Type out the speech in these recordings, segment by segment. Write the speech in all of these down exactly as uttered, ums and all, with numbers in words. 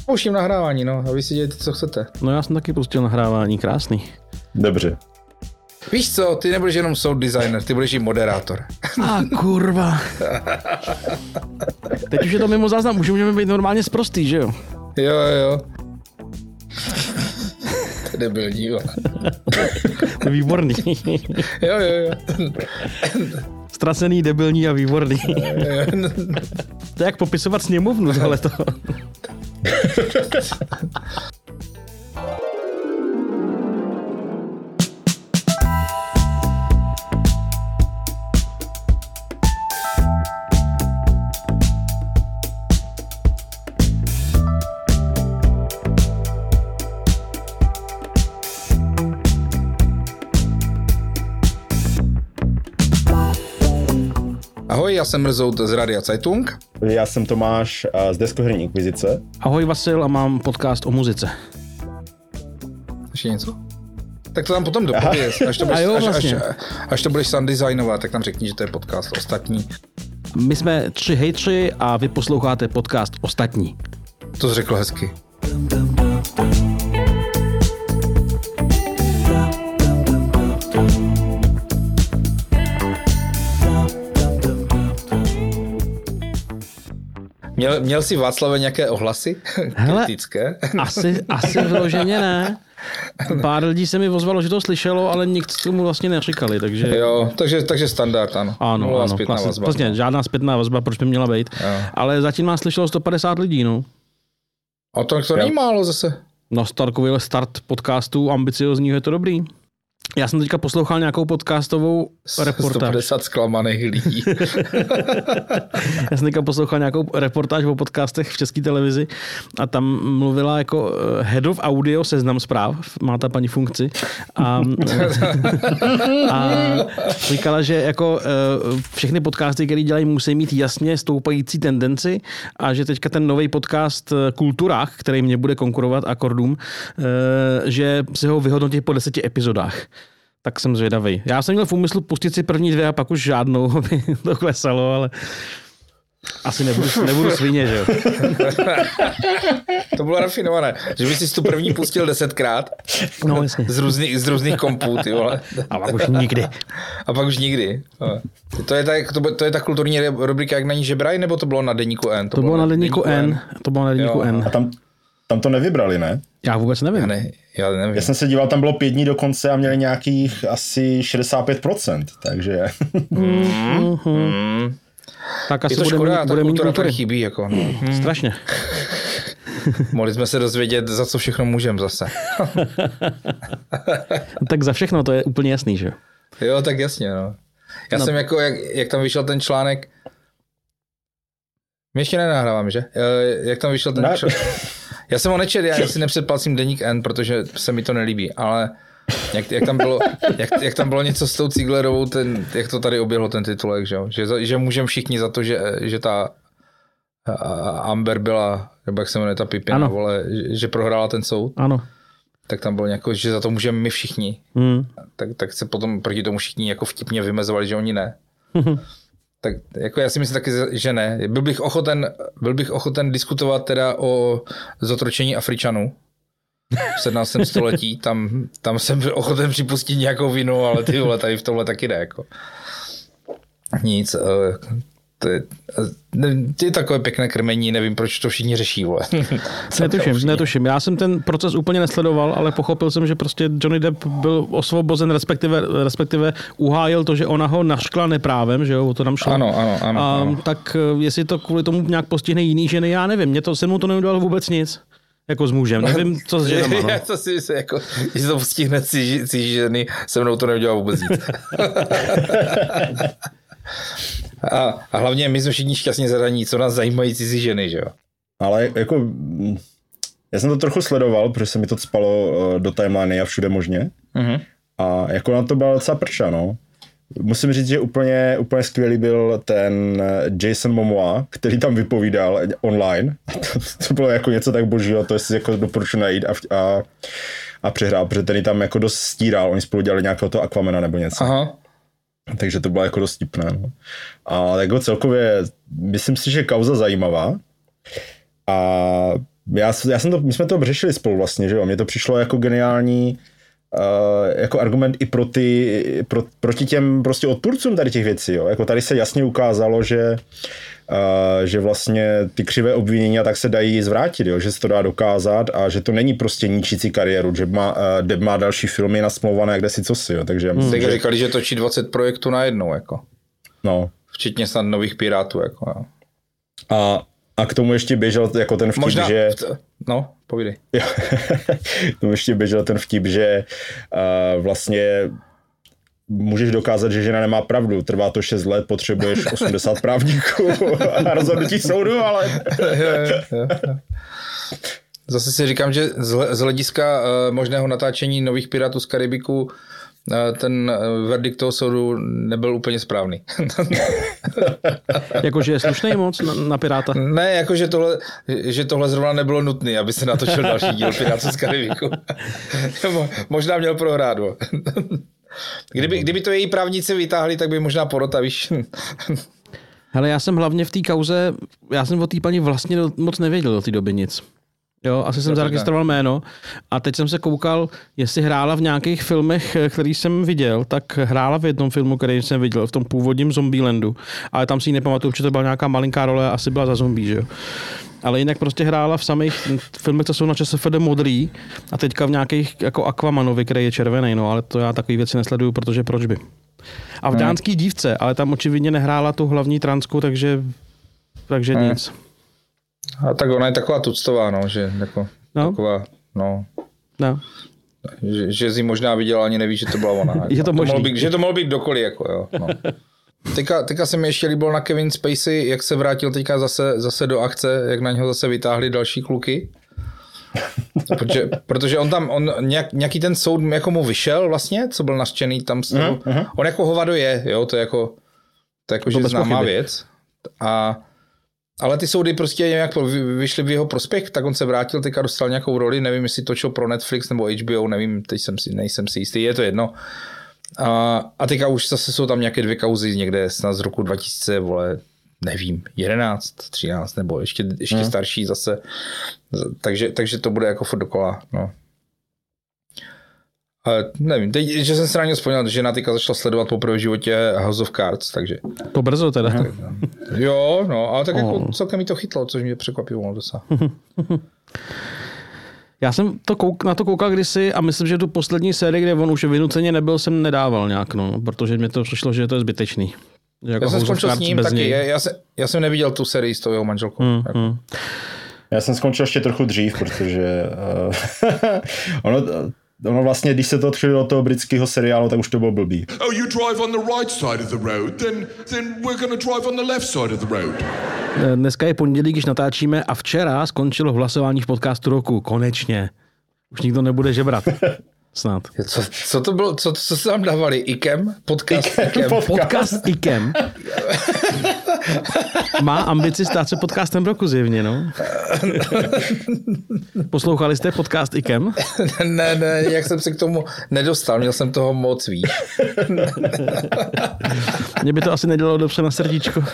Pouštím nahrávání, no, a vy si dějte, co chcete. No já jsem taky pustil nahrávání, krásný. Dobře. Víš co, ty nebudeš jenom sound designer, ty budeš i moderátor. A kurva. Teď už je to mimo záznam, už můžeme být normálně sprostý, že jo? Jo, jo. To je debilní, jo. Výborný. Jo, jo, jo. Ztracený, debilní a výborný. To je jak popisovat sněmovnu tohleto. Ahoj, já jsem Mrzout z Radia Zeitung. Já jsem Tomáš z Deskoherní inkvizice. Ahoj, Vasil, a mám podcast o muzice. Ještě něco? Tak to tam potom dopověz, až to budeš, jo, až, vlastně. až, až to budeš sound designovat, tak tam řekni, že to je podcast ostatní. My jsme tři hejtři a vy posloucháte podcast Ostatní. To jsi řekl hezky. Měl, měl jsi, Václave, nějaké ohlasy? Hele, kritické? Asi, asi vyloženě ne. Pár lidí se mi ozvalo, že to slyšelo, ale nikdo tomu vlastně neříkali, takže... Jo, takže, takže standard, ano. Ano, Nulová ano, zpětná klasi, vazba. vlastně žádná zpětná vazba, proč by měla být. Jo. Ale zatím nás slyšelo sto padesát lidí, no. A to, to není málo zase. Na starkový start podcastu ambiciozního je to dobrý. Já jsem teďka poslouchal nějakou podcastovou reportáž. sto padesát zklamaných lidí. Já jsem teďka poslouchal nějakou reportáž o podcastech v České televizi a tam mluvila jako head of audio Seznam Zpráv, má ta paní funkci. A, a říkala, že jako všechny podcasty, které dělají, musí mít jasně stoupající tendenci a že teďka ten nový podcast Kulturách, který mě bude konkurovat Akordům, že si ho vyhodnotí po deseti epizodách. Tak jsem zvědavý. Já jsem měl v úmyslu pustit si první dvě a pak už žádnou, aby to klesalo, ale asi nebudu, nebudu svině, že jo. To bylo rafinované. Že bys si tu první pustil desetkrát. No, jasně. Z různých, z různých kompů, ty vole. A pak už nikdy. A pak už nikdy. To je ta, to, to je ta kulturní rubrika, jak na ní žebraj, nebo to bylo na Deníku N? To, to bylo na Deníku N. N. To bylo na Deníku jo, N. A tam, tam to nevybrali, ne? Já vůbec nevím. Já, ne, já nevím. Já jsem se díval, tam bylo pět dní dokonce a měli nějakých asi šedesát pět procent, takže... Mm, mm. Tak asi je to bude škoda, mít, ta bude kultura mít tady chybí. Jako, no. hmm. Strašně. Mohli jsme se dozvědět, za co všechno můžeme zase. Tak za všechno, to je úplně jasný, že jo? Jo, tak jasně, no. Já no. jsem jako, jak, jak tam vyšel ten článek, my ještě nenahráváme, že? Jak tam vyšel ten článek, já jsem ho nečetl, já si nepředplatím Deník N, protože se mi to nelíbí, ale jak, jak, tam, bylo, jak, jak tam bylo něco s tou Ciglerovou, ten, jak to tady oběhlo ten titulek, že, že, že můžeme všichni za to, že, že ta Amber byla, nebo jak se jmenuje ta Pipina, vole, že, že prohrála ten soud. Ano. Tak tam bylo nějako, že za to můžeme my všichni. Hmm. Tak, tak se potom proti tomu všichni jako vtipně vymezovali, že oni ne. Tak jako já si myslím taky, že ne. Byl bych ochoten, byl bych ochoten diskutovat teda o zotročení Afričanů v sedmnáctém století. Tam, tam jsem byl ochoten připustit nějakou vinu, ale ty vole, tady v tomhle taky ne. Jako. Nic. To je, to je takové pěkné krmení, nevím, proč to všichni řeší, vole. Netuším, netuším. Já jsem ten proces úplně nesledoval, ale pochopil jsem, že prostě Johnny Depp byl osvobozen, respektive, respektive uhájil to, že ona ho naškla neprávem, že jo, o to nám šlo. Ano, ano, ano. A ano. tak jestli to kvůli tomu nějak postihne jiný ženy, já nevím. Mě to se mnou to neudělalo vůbec nic. Jako s mužem, nevím, co s ženama. No. Já to si myslím, jako, že to postihne si, si ženy, se mnou to neudělalo vůbec nic. A, a hlavně my jsme všichni šťastně zadaní, co nás zajímají cizí ženy, že jo? Ale jako, já jsem to trochu sledoval, protože se mi to cpalo do timeliny a všude možně. Uh-huh. A jako na to byla docela prča, no. Musím říct, že úplně, úplně skvělý byl ten Jason Momoa, který tam vypovídal online. To, to bylo jako něco tak božího, to si jako doporučuji najít a, a, a přehrál, protože ten tam jako dost stíral, oni spolu dělali nějakého toho Aquamana nebo něco. Aha. Takže to bylo jako dost tipné. No. A jako celkově, myslím si, že kauza zajímavá. A já, já jsem to, my jsme to řešili spolu vlastně, že jo, mně to přišlo jako geniální uh, jako argument i pro ty, pro, proti těm prostě odpůrcům tady těch věcí, jo, jako tady se jasně ukázalo, že Uh, že vlastně ty křivé obvinění tak se dají zvrátit, jo? Že se to dá dokázat a že to není prostě ničící kariéru, že má, uh, Depp má další filmy nasmlouvané, kde si co si, jo? Takže já myslím, hmm. že... říkali, že točí dvacet projektů najednou, jako. No. Včetně snad nových pirátů, jako. Jo. A, a k tomu ještě běžel jako ten vtip, Možná... že... No, povídej. K tomu ještě běžel ten vtip, že uh, vlastně můžeš dokázat, že žena nemá pravdu. Trvá to šest let, potřebuješ osmdesát právníků a rozhodnutí soudu, ale... Zase si říkám, že z hlediska možného natáčení nových Pirátů z Karibiku ten verdikt toho soudu nebyl úplně správný. Jakože je slušnej moc na, na Piráta? Ne, jakože tohle, že tohle zrovna nebylo nutné, aby se natočil další díl Pirátů z Karibiku. Možná měl prohrát. Kdyby, kdyby to její právníci vytáhli, tak by možná porota, víš. Hele, já jsem hlavně v té kauze, já jsem o té paní vlastně moc nevěděl do té doby nic. Jo, asi jsem zaregistroval jméno a teď jsem se koukal, jestli hrála v nějakých filmech, který jsem viděl, tak hrála v jednom filmu, který jsem viděl, v tom původním Zombielandu, ale tam si ji nepamatuju, že to byla nějaká malinká role, asi byla za zombie, že jo. Ale jinak prostě hrála v samých filmech, co jsou na ČSFD modrý a teďka v nějakých jako Aquamanovi, který je červený, no, ale to já takový věci nesleduju, protože proč by. A v Dánský dívce, ale tam očividně nehrála tu hlavní transku, takže, takže hmm. nic. A tak ona je taková tuctová, no, že jako no. taková, no. No. Že, že jsi možná viděla, ani neví, že to byla ona. Jako. Je to možný. To být, že to mohlo být kdokoliv, jako jo. No. Teďka, teďka se mi ještě líbilo na Kevin Spacey, jak se vrátil teďka zase, zase do akce, jak na něho zase vytáhli další kluky. Protože, protože on tam, on nějak, nějaký ten soud jako mu vyšel vlastně, co byl nařčený tam z toho. Uh-huh. On jako hovado je, jo, to je jako, to je jako, to že známá pochyby. Věc. A ale ty soudy prostě nějak vyšly v jeho prospěch, tak on se vrátil, teďka dostal nějakou roli, nevím, jestli točil pro Netflix nebo H B O, nevím, teď jsem si, nejsem si jistý, je to jedno. A, a teďka už zase jsou tam nějaké dvě kauzy někde snad z roku dva tisíce, vole, nevím, jedenáct, třináct nebo ještě, ještě hmm. starší zase. Takže, takže to bude jako furt dokola, no. Ale nevím, teď, že jsem se na něj vzpomněl, že na teďka začala sledovat poprvé v životě House of Cards, takže... To brzo teda. Tak, jo, no, ale tak oh. jako celkem mi to chytlo, což mě překvapilo docela. Já jsem to kouk, na to koukal kdysi a myslím, že tu poslední sérii, kde on už vynuceně nebyl, jsem nedával nějak, no, protože mi to přišlo, že to je zbytečný. Jako já jsem skončil s ním taky, já, já, jsem, já jsem neviděl tu sérii s tou jeho manželkou. Mm, jako. mm. Já jsem skončil ještě trochu dřív, protože uh, ono... Ono vlastně, když se to odchylilo do toho britského seriálu, tak už to bylo blbý. Oh, you drive on the right side of the road, then, then we're gonna drive on the left side of the road. Dneska je pondělí, když natáčíme a včera skončilo hlasování v podcastu roku. Konečně. Už nikdo nebude žebrat. Snad. Co, co to bylo? Co, co se tam dávali? Ikem? Podcast Ikem? Ikem. Podcast, podcast Ikem. Má ambici stát se podcastem roku zjevně, no. Poslouchali jste podcast Ikem? Ne, ne, jak jsem se k tomu nedostal, měl jsem toho moc, víš. Mně by to asi nedělalo dobře na srdíčko.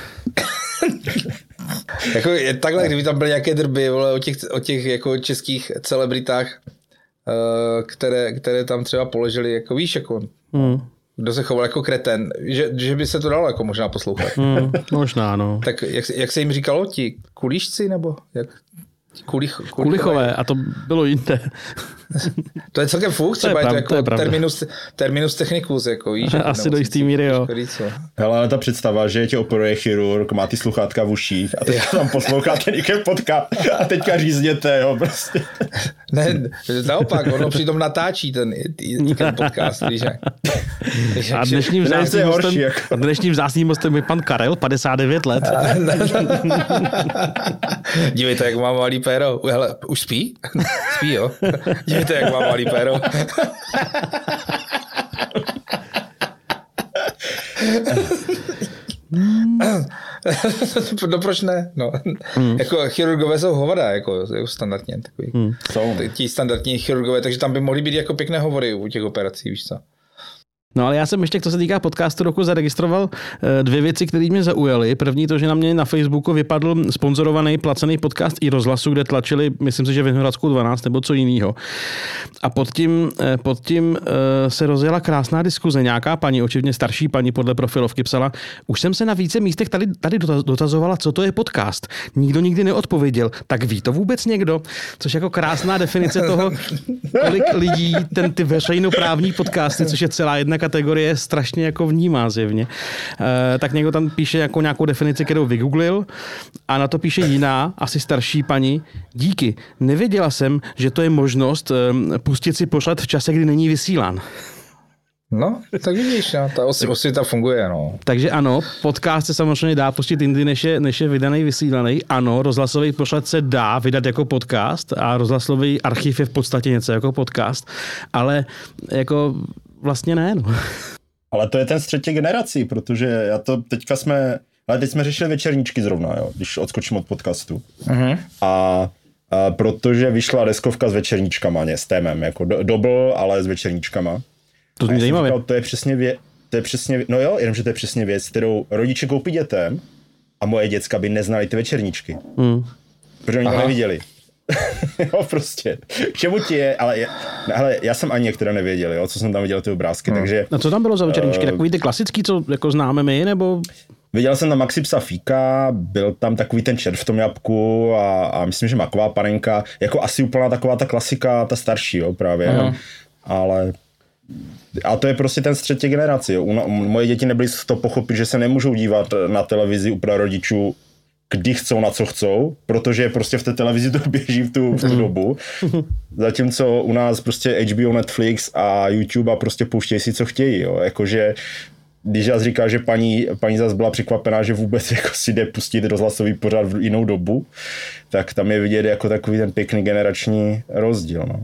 Jako takhle, kdyby tam byly nějaké drby vole, o těch, o těch jako českých celebritách, které, které tam třeba položili, jako víš, jako hmm. kdo se choval jako kreten, že, že by se to dalo jako možná poslouchat. Hmm, možná, no. Tak jak, jak se jim říkalo, ti kulíšci, nebo jak? Kulich, kulichové. kulichové, a to bylo jinde. To je celkem fuk, třeba to je, je to jako to je terminus, terminus technicus, jako víš. Asi do jistý míry, jo. Hele, ale ta představa, že tě operuje chirurg, má ty sluchátka v uších a teď tam posloucháte někde podcast a teďka řízněte, jo, prostě. Ne, naopak, ono přitom natáčí ten, ten podcast, víš jak. A dnešním vzácným hostem, a dnešním vzácným hostem je pan Karel, padesát devět let. Dívejte, jak mám malý péro. Hele, už spí? Spí, jo. Dívejte, jak mám malý péro. No proč ne? No. Hmm. Jako chirurgové jsou hovada, jako, jako standardně. Takový. Hmm. Jsou. Ti standardní chirurgové, takže tam by mohly být jako pěkné hovory u těch operací, víš co. No ale já jsem ještě, co se týká podcastu roku, zaregistroval dvě věci, které mě zaujaly. První to, že na mě na Facebooku vypadl sponzorovaný placený podcast i rozhlasu, kde tlačili, myslím si, že Vinohradskou dvanáct nebo co jiného. A pod tím, pod tím se rozjela krásná diskuze. Nějaká paní, očividně starší paní podle profilovky psala, už jsem se na více místech tady, tady dotazovala, co to je podcast. Nikdo nikdy neodpověděl. Tak ví to vůbec někdo? Což jako krásná definice toho, kolik lidí ten ty veřejnoprávní podcasty, což je celá jedna kategorie, strašně jako vnímá zjevně. E, tak někdo tam píše jako nějakou definici, kterou vygooglil a na to píše jiná, asi starší paní. Díky, nevěděla jsem, že to je možnost e, pustit si pořad v čase, kdy není vysílán. No, tak vidíš, no, ta osvěta funguje, no. Takže ano, podcast se samozřejmě dá pustit jindy, než je, než je vydaný, vysílaný. Ano, rozhlasový pořad se dá vydat jako podcast a rozhlasový archiv je v podstatě něco jako podcast, ale jako vlastně ne, no. Ale to je ten z třetí generací, protože já to teďka jsme, ale teď jsme řešili večerníčky zrovna, jo, když odskočím od podcastu. Uh-huh. A, a protože vyšla deskovka s večerníčkama, ne, s témem, jako do, double, ale s večerníčkama. To mě zajímavé. To je přesně věc, to je přesně, no jo, jenomže to je přesně věc, kterou rodiče koupí dětem a moje děcka by neznali ty večerníčky. Mm. Protože oni to neviděli. Jo, prostě. K čemu ti je, ale, je, ale já jsem ani některé nevěděl, jo, co jsem tam viděl ty obrázky, hmm. takže... A co tam bylo za večerníčky? Uh, takový ty klasický, co jako známe my, nebo... Viděl jsem na Maxi psa Fíka, byl tam takový ten čert v tom jabku a, a myslím, že maková panenka, jako asi úplná taková ta klasika, ta starší, jo, právě, uh-huh. ale... A to je prostě ten z třetí generace, jo. Moje děti nebyly z toho pochopit, že se nemůžou dívat na televizi u prarodičů, kdy chcou, na co chcou, protože prostě v té televizi to běží v tu, v tu dobu. Zatímco u nás prostě H B O, Netflix a YouTube a prostě pouštějí si, co chtějí, jo. Jakože, když já říká, že paní, paní zase byla překvapená, že vůbec jako si jde pustit rozhlasový pořad v jinou dobu, tak tam je vidět jako takový ten pěkný generační rozdíl, no.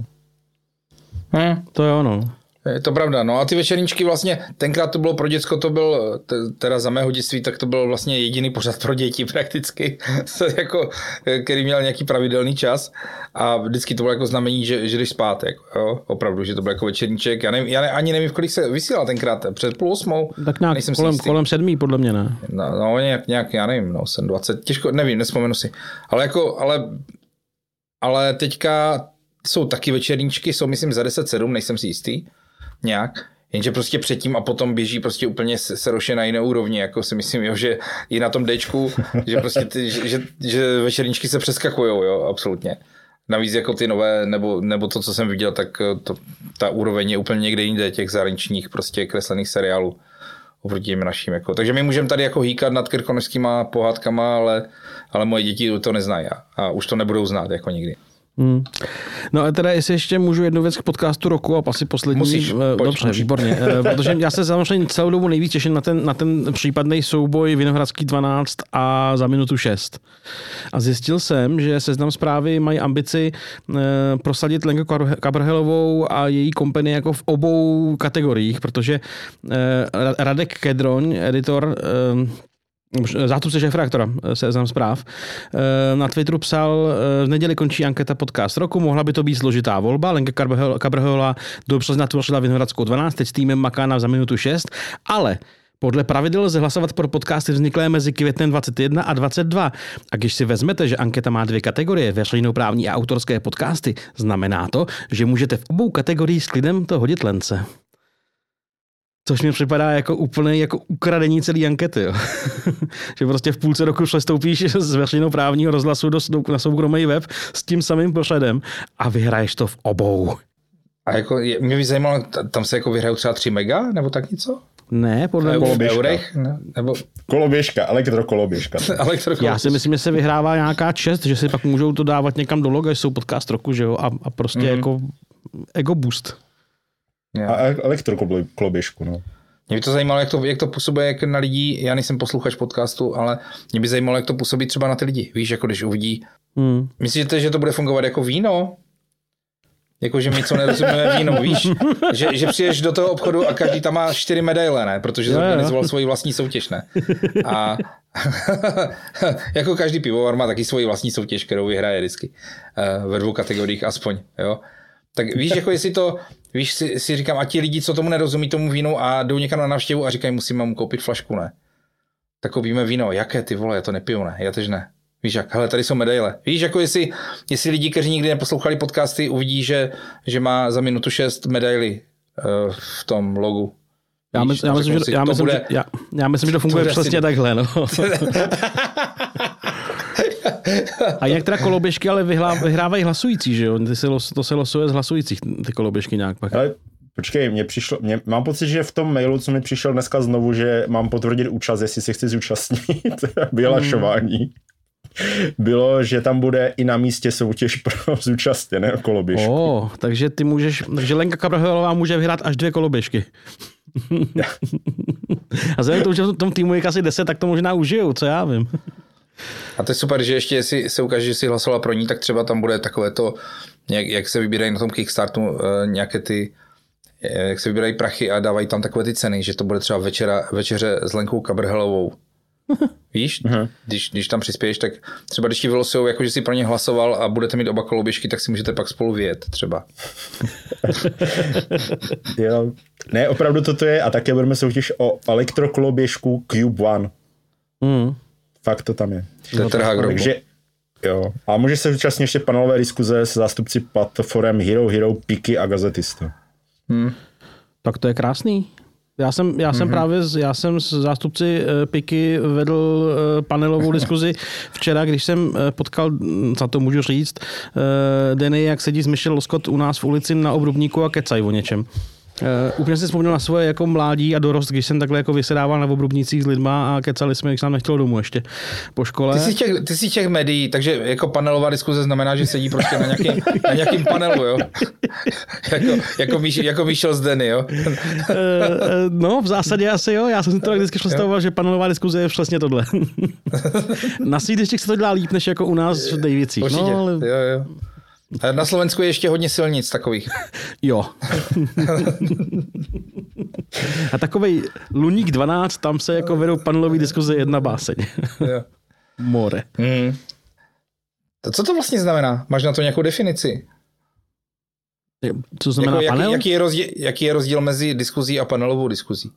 Hmm, to je ono. Je to pravda, no a ty večerníčky vlastně, tenkrát to bylo pro děcko, to byl, teda za mého dětství, tak to byl vlastně jediný pořad pro děti prakticky, jako, který měl nějaký pravidelný čas a vždycky to bylo jako znamení, že, že jdeš spát, jako, jo, opravdu, že to byl jako večerníček, já, nevím, já ne, ani nevím, v kolik se vysílal tenkrát, před půl osmou. Tak nějak kolem, kolem sedmý, podle mě, ne? No, no nějak, nějak, já nevím, no, jsem dvacet, těžko, nevím, nespomenu si, ale jako, ale, ale teďka jsou taky večerníčky, jsou myslím za deset sedm, nejsem si jistý, nějak, jenže prostě předtím a potom běží prostě úplně seroše na jiné úrovni, jako si myslím, jo, že i na tom Dčku, že prostě ty, že, že večerníčky se přeskakujou, jo, absolutně. Navíc jako ty nové, nebo, nebo to, co jsem viděl, tak to, ta úroveň je úplně někde jinde těch zahraničních prostě kreslených seriálů oproti těm naším, jako. Takže my můžeme tady jako hýkat nad krkonožskýma pohádkama, ale, ale moje děti to neznají a, a už to nebudou znát jako nikdy. Hmm. No a teda jestli ještě můžu jednu věc k podcastu roku a asi poslední. Musíš, pojď, dobře, můžu. Výborně, protože já se samozřejmě celou dobu nejvíc těším na ten, na ten případný souboj Vinohradský dvanáct a Za minutu šest. A zjistil jsem, že Seznam Zprávy mají ambici prosadit Lenku Kabrhelovou a její kompany jako v obou kategoriích, protože Radek Kedroň, editor, zástupce šéfredaktora Seznam Zpráv, na Twitteru psal, v neděli končí anketa podcast roku, mohla by to být složitá volba, Lenka Kabrhelová do března tvořila Vinohradskou dvanáct, teď s týmem maká na Za minutu šest, ale podle pravidel lze hlasovat pro podcasty vzniklé mezi květnem dvacet jedna a dvacet dva. A když si vezmete, že anketa má dvě kategorie, veřejnoprávní a autorské podcasty, znamená to, že můžete v obou kategoriích s klidem to hodit Lence. Což mi připadá jako úplně jako ukradení celý ankety. Jo. Že prostě v půlce roku přestoupíš z veřejnoprávního rozhlasu do, na soukromý web s tím samým pořadem a vyhraješ to v obou. A jako, mě by zajímalo, tam se jako vyhrajou třeba tři mega, nebo tak něco? Ne, podle mě. Eurech? Ne, nebo... Koloběžka, elektrokoloběžka. elektrokoloběžka. Já si myslím, že se vyhrává nějaká čest, že si pak můžou to dávat někam do loga, že jsou podcast roku, že jo, a, a prostě mm-hmm. jako ego boost. A elektrokoloběžku, no. Mě by to zajímalo, jak to, jak to působí jak na lidi, já nejsem posluchač podcastu, ale mě by zajímalo, jak to působí třeba na ty lidi. Víš, jako když uvidí. Hmm. Myslíte, že to bude fungovat jako víno? Jako, že my co nerozumíme víno, víš? Že, že přijdeš do toho obchodu a každý tam má čtyři medaile, ne? Protože zorganizoval svoji vlastní soutěž, ne? A jako každý pivovar má taky svoji vlastní soutěž, kterou vyhraje vždycky. Ve dvou kategoriích aspoň, jo? Tak víš, jako jestli to, víš, si, si říkám, a ti lidi, co tomu nerozumí, tomu vínu a jdou někam na návštěvu a říkají, musíme mu koupit flašku, ne? Tak koupíme víno, jaké ty vole, já to nepiju, ne? Já tež ne. Víš jak, hele, tady jsou medaile. Víš, jako jestli, jestli lidi, kteří nikdy neposlouchali podcasty, uvidí, že, že má za minutu šest medaily uh, v tom logu. Já, Víš, mysl, já, myslím, si, že, já, myslím, bude, že, já, já myslím, že to funguje to přesně si... takhle. No. A jak teda koloběžky, ale vyhlá, vyhrávají hlasující, že jo? Ty se los, to se losuje z hlasujících, ty koloběžky nějak pak. Ale počkej, mě přišlo, mě, mám pocit, že v tom mailu, co mi přišel dneska znovu, že mám potvrdit účast, jestli se chci zúčastnit vyhlašování. Hmm. Bylo, že tam bude i na místě soutěž pro zúčastněné koloběžky. Oh, takže ty můžeš, takže Lenka Kabrhelová může vyhrát až dvě koloběžky. A vzhledem k tomu, že v tom týmu je asi deset, tak to možná užijou, co já vím. A to je super, že ještě jestli se ukáže, že jsi hlasovala pro ní, tak třeba tam bude takové to, jak, jak se vybírají na tom Kickstartu nějaké ty, jak se vybírají prachy a dávají tam takové ty ceny, že to bude třeba večera, večeře s Lenkou Kabrhelovou. Víš, uh-huh. když, když tam přispěješ, tak třeba když ti vylosujou, jako že jsi pro ně hlasoval a budete mít oba koloběžky, tak si můžete pak spolu vyjet třeba. Jo. Ne, opravdu toto je a také budeme soutěž o elektrokoloběžku Cube One. Mm. Fakt to tam je. To je trhá grobu. Takže jo. A může se zúčastnit ještě panelové diskuze s zástupci platform Hero Hero, Piki a Gazetista. Hmm. Tak to je krásný. Já jsem, já jsem mm-hmm. právě s, já jsem s zástupci uh, Piky vedl uh, panelovou diskuzi včera, když jsem uh, potkal, za to můžu říct, uh, Denny, jak sedí s Michelle Loskot u nás v ulici na Obrubníku a kecají o něčem. Uh, úplně si vzpomněl na svoje jako mládí a dorost, když jsem takhle jako vysedával na Obrubnících s lidma a kecali jsme, když jsem nechtěl domů ještě po škole. Ty jsi těch, ty jsi těch médií, takže jako panelová diskuze znamená, že sedí prostě na nějakým, na nějakým panelu, jo? jako, jako, Míš, jako Michel z Denny, jo? uh, no, v zásadě asi jo. Já jsem si to tak vždycky představoval, že panelová diskuze je přesně tohle. Na sídlištích se to dělá líp, než jako u nás v Dejvicích. Určitě, no, ale... jo, jo. Na Slovensku je ještě hodně silnic takových. Jo. A takovej Luník dvanáct, tam se jako vedou panelový diskuze jedna báseň. Jo. More. Hmm. To co to vlastně znamená? Máš na to nějakou definici? Co znamená jako, panel? Jaký, jaký, je rozdíl, jaký je rozdíl mezi diskuzí a panelovou diskuzí?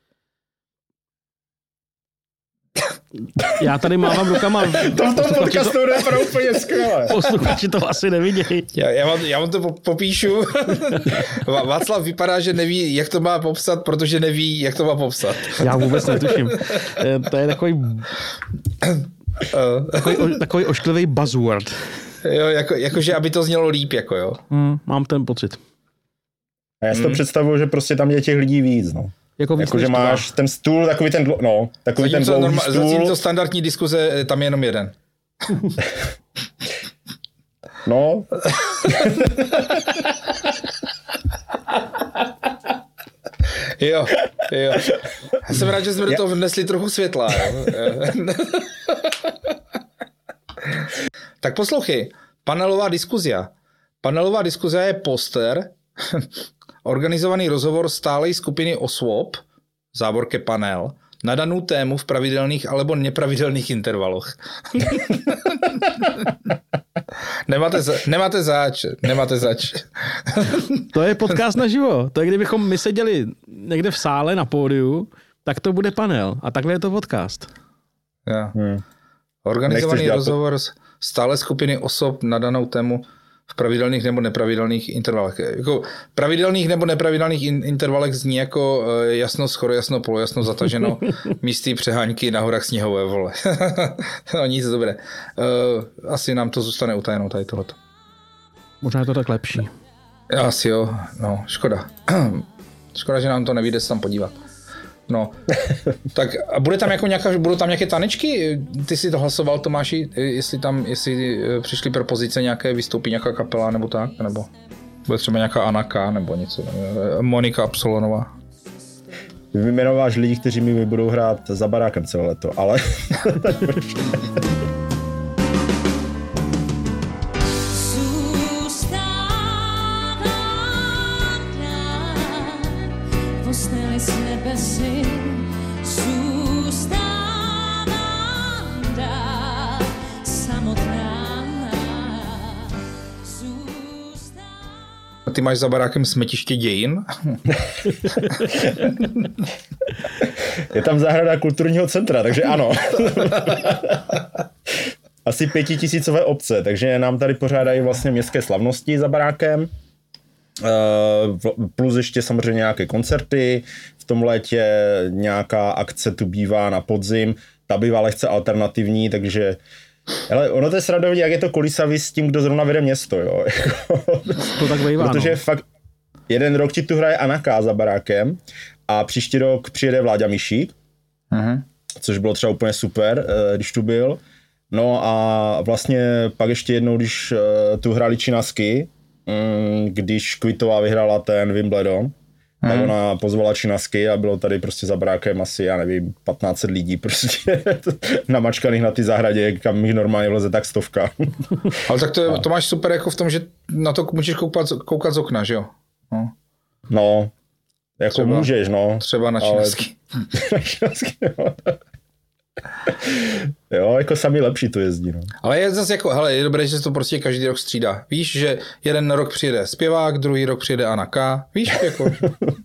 Já tady mávám rukama. To v tom podcastu to nevypadá úplně skvěle. Posluchači to asi nevidějí. Já, já, vám, já vám to popíšu. Václav vypadá, že neví, jak to má popsat, protože neví, jak to má popsat. Já vůbec netuším. To je takový takový, takový ošklivý buzzword. Jo, jako, jakože aby to znělo líp, jako jo. Mm, mám ten pocit. A já si to mm. představuji, že prostě tam je těch lidí víc, no. Jako, jako že máš ten stůl, takový ten, dlo, no, takový ten dlouhý norma, stůl. Zatímco standardní diskuze, tam je jenom jeden. No. jo, jo. Já jsem rád, že jsme do toho vnesli trochu světla. Tak poslouchej, panelová diskuzia. Panelová diskuzia je poster, organizovaný rozhovor stálej skupiny osôb, závorke panel, na danou tému v pravidelných alebo nepravidelných intervaloch. nemáte, za, nemáte zač, nemáte zač. To je podcast naživo. To je, kdybychom my seděli někde v sále na pódiu, tak to bude panel. A takhle je to podcast. Ja. Hmm. Organizovaný rozhovor to... stále skupiny osob na danou tému v pravidelných nebo nepravidelných intervalech. Jako pravidelných nebo nepravidelných in, intervalech zní jako jasno, skoro jasno, polojasno, zataženo, místy přeháňky na horách sněhové, vole. No nic, dobré. Uh, asi nám to zůstane utajenou tady tohleto. Možná je to tak lepší. Asi jo, no, škoda. Škoda, že nám to nevyjde se tam podívat. No, tak a bude tam jako nějaká, budou tam nějaké tanečky? Ty jsi to hlasoval, Tomáši, jestli tam, jestli přišly propozice nějaké, vystoupí nějaká kapela nebo tak, nebo bude třeba nějaká Anaka nebo něco, Monika Absolonová. Vyjmenováš lidi, kteří mi budou hrát za barákem celé leto, ale... A ty máš za barákem smetiště dějin? Je tam zahrada kulturního centra, takže ano. Asi pětitisícové obce, takže nám tady pořádají vlastně městské slavnosti za barákem. Plus ještě samozřejmě nějaké koncerty. V tom létě nějaká akce tu bývá na podzim. Ta bývá lehce alternativní, takže ale ono to je srandovní, jak je to kolísavý s tím, kdo zrovna vede město, jo. To tak bývá, protože no. fakt jeden rok ti tu hraje Anaka za barákem a příští rok přijede Vláďa Mišík, uh-huh. což bylo třeba úplně super, když tu byl. No a vlastně pak ještě jednou, když tu hráli Činasky, když Kvitová vyhrála ten Wimbledon, Hmm. tak ona pozvala Činasky a bylo tady prostě za barákem asi, já nevím, patnáct set lidí prostě namačkaných na ty zahradě, kam jich normálně vleze tak stovka. Ale tak to, je, to máš super jako v tom, že na to můžeš koukat, koukat z okna, že jo? No, no jako třeba, můžeš, no. Třeba na Činasky. Ale... na Činasky, no. Jo, jako sami lepší to jezdí, no. Ale je zase jako, hele, je dobré, že se to prostě každý rok střídá. Víš, že jeden rok přijede zpěvák, druhý rok přijede Anaka, víš, jako...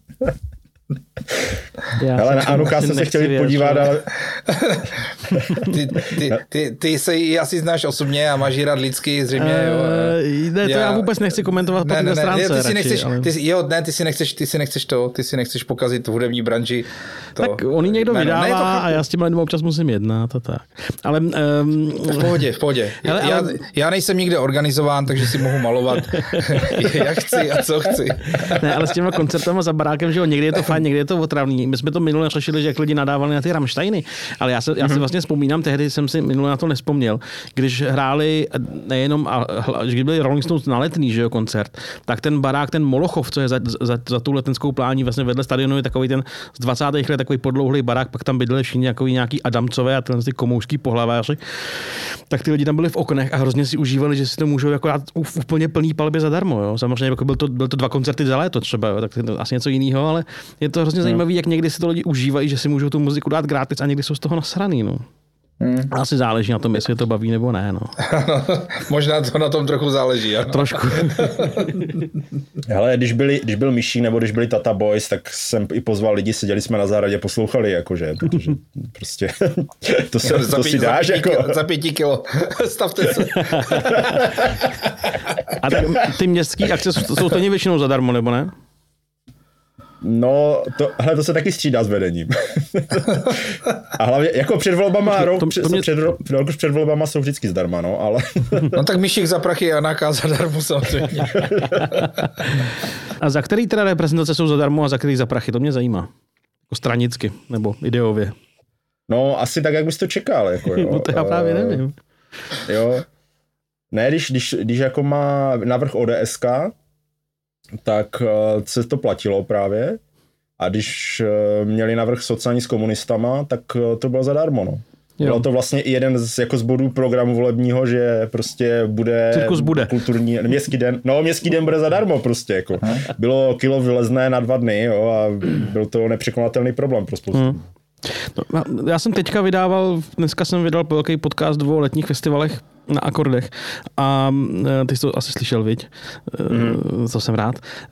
Ale na Anuka jsem se chtěl podívat, ale... ty, ty, ty, ty se ji asi znáš osobně a máš ji rád lidsky, zřejmě, jo. Uh, ne, to já, já vůbec nechci komentovat po této stránce. Ne, ty si radši, nechceš, ale... ty, jo, ne, ty si nechceš, ty si nechceš to, ty si nechceš pokazit v hudební branži. To. Tak on ji někdo ne, vydává ne, to... a já s tím lidem občas musím jednat a tak. Ale... Um... V pohodě, v pohodě. Hele, já, ale... já nejsem nikde organizován, takže si mohu malovat, jak chci a co chci. Ne, ale s těma koncertama za barákem, že jo, někdy je to fajn, někdy je to otravný. My jsme to minule řešili, že jak lidi nadávali na ty Rammsteiny, ale já, se, já si vlastně vzpomínám, tehdy jsem si minule na to nespomněl, když hráli nejenom, když byli Rolling Stones na Letný, že jo, koncert, tak ten barák, ten Molochov, co je za, za, za tu letenskou plání vlastně vedle stadionu, je takový ten z dvacátých let takový podlouhlý barák, pak tam bydleli všichni nějaký, nějaký Adamcové a tyhle ty komoušský pohlaváři. Tak ty lidi tam byli v oknech a hrozně si užívali, že si to můžou jako dát v úplně plný palbě zadarmo, jo. Samozřejmě jako byl to, byl to dva koncerty za léto třeba, jo, tak to je asi něco jiného, ale je to hrozně zajímavé, jak někdy si to lidi užívají, že si můžou tu muziku dát gratis a někdy jsou z toho nasraný, no. Hmm. Asi záleží na tom, jestli to baví nebo ne, no. Možná to na tom trochu záleží, ano. Trošku. Hele, když, byli, když byl Myší nebo když byli Tata Boys, tak jsem i pozval lidi, seděli jsme na zahradě, poslouchali, jakože, protože prostě to, se, to pět, si dáš, za jako. Kilo, za pěti kilo, stavte se. A tak ty městský akce jsou stejně většinou zadarmo, nebo ne? No, to, hele, to se taky střídá s vedením. A hlavně, jako před volbama, rok, to, to mě... před, rok před volbama jsou vždycky zdarma, no, ale... No tak Myšík za prachy a Anáka zadarmo samozřejmě. A za který teda reprezentace jsou zadarmo a za který za prachy? To mě zajímá. Jako stranicky, nebo ideově. No, asi tak, jak bys to čekal, jako, jo. No to já právě nevím. Jo. Ne, když, když, když jako má navrch O D S K, tak se to platilo právě. A když měli navrch sociální s komunistama, tak to bylo zadarmo, no. Jo. Bylo to vlastně i jeden z, jako z bodů programu volebního, že prostě bude, Cirkus bude. kulturní, městský den, no městský den bude zadarmo prostě, jako. Hmm. Bylo kilo vylezné na dva dny, jo, a byl to nepřekonatelný problém pro spoustu. Hmm. No, já jsem teďka vydával, dneska jsem vydal velký podcast o letních festivalech na Akordech a ty jsi to asi slyšel, viď? Mm. To jsem rád.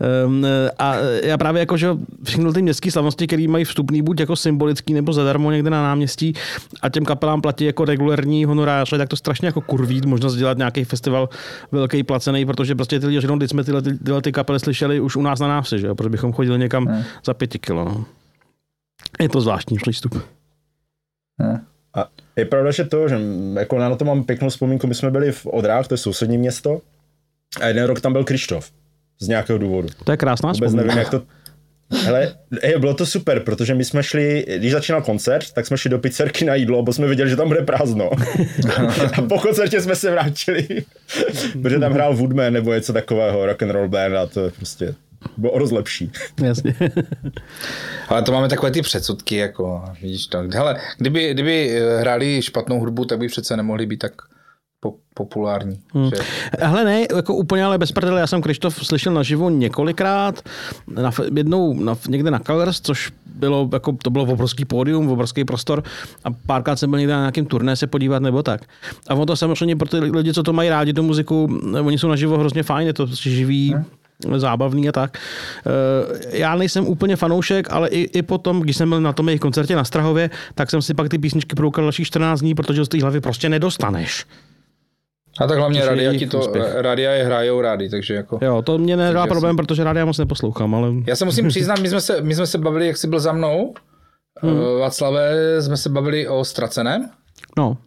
A já právě jako, že všechny ty městské slavnosti, které mají vstupný buď jako symbolický nebo zadarmo někde na náměstí a těm kapelám platí jako regulérní honoráře, tak to strašně jako kurví možnost dělat nějaký festival velký placený, protože prostě ty lidi řeknou, když jsme tyhle, tyhle ty kapely slyšeli už u nás na návsi, že jo? Protože bychom chodili někam mm. za pěti kilo. No. Je to zvláštní přístup. Hmm. A je pravda, že to, že jako na to mám pěknou vzpomínku, my jsme byli v Odrách, to je sousední město, a jeden rok tam byl Krištof. Z nějakého důvodu. To je krásná Vůbec vzpomínka. nevím, jak to... Hele, je, bylo to super, protože my jsme šli, když začínal koncert, tak jsme šli do pizzerky na jídlo, bo jsme viděli, že tam bude prázdno. A po koncertě jsme se vrátili, protože tam hrál Woodman nebo něco takového, rock and roll band a to je prostě... Bylo o dost lepší. Jasně. Ale to máme takové ty předsudky, jako vidíš to. Hele, kdyby, kdyby hráli špatnou hudbu, tak by přece nemohli být tak po, populární. Hmm. Hele ne, jako úplně ale bez prdele, já jsem Krištof slyšel naživo několikrát, na, jednou na, někde na Colors, což bylo, jako, to bylo obrovský pódium, obrovský prostor a párkrát jsem byl někde na nějakém turné se podívat nebo tak. A ono to samozřejmě pro ty lidi, co to mají rádi, tu muziku, oni jsou naživo hrozně fajn, je to živý, hmm. zábavný a tak. Já nejsem úplně fanoušek, ale i, i potom, když jsem byl na tom jejich koncertě na Strahově, tak jsem si pak ty písničky proukal dalších čtrnáct dní, protože z té hlavy prostě nedostaneš. A tak hlavně radia ti to, radia je hrajou rádi, takže jako... Jo, to mě nedá problém, protože rádia moc neposlouchám, ale... Já se musím přiznat, my jsme se, my jsme se bavili, jak jsi byl za mnou, hmm. Václave, jsme se bavili o Ztraceném. No.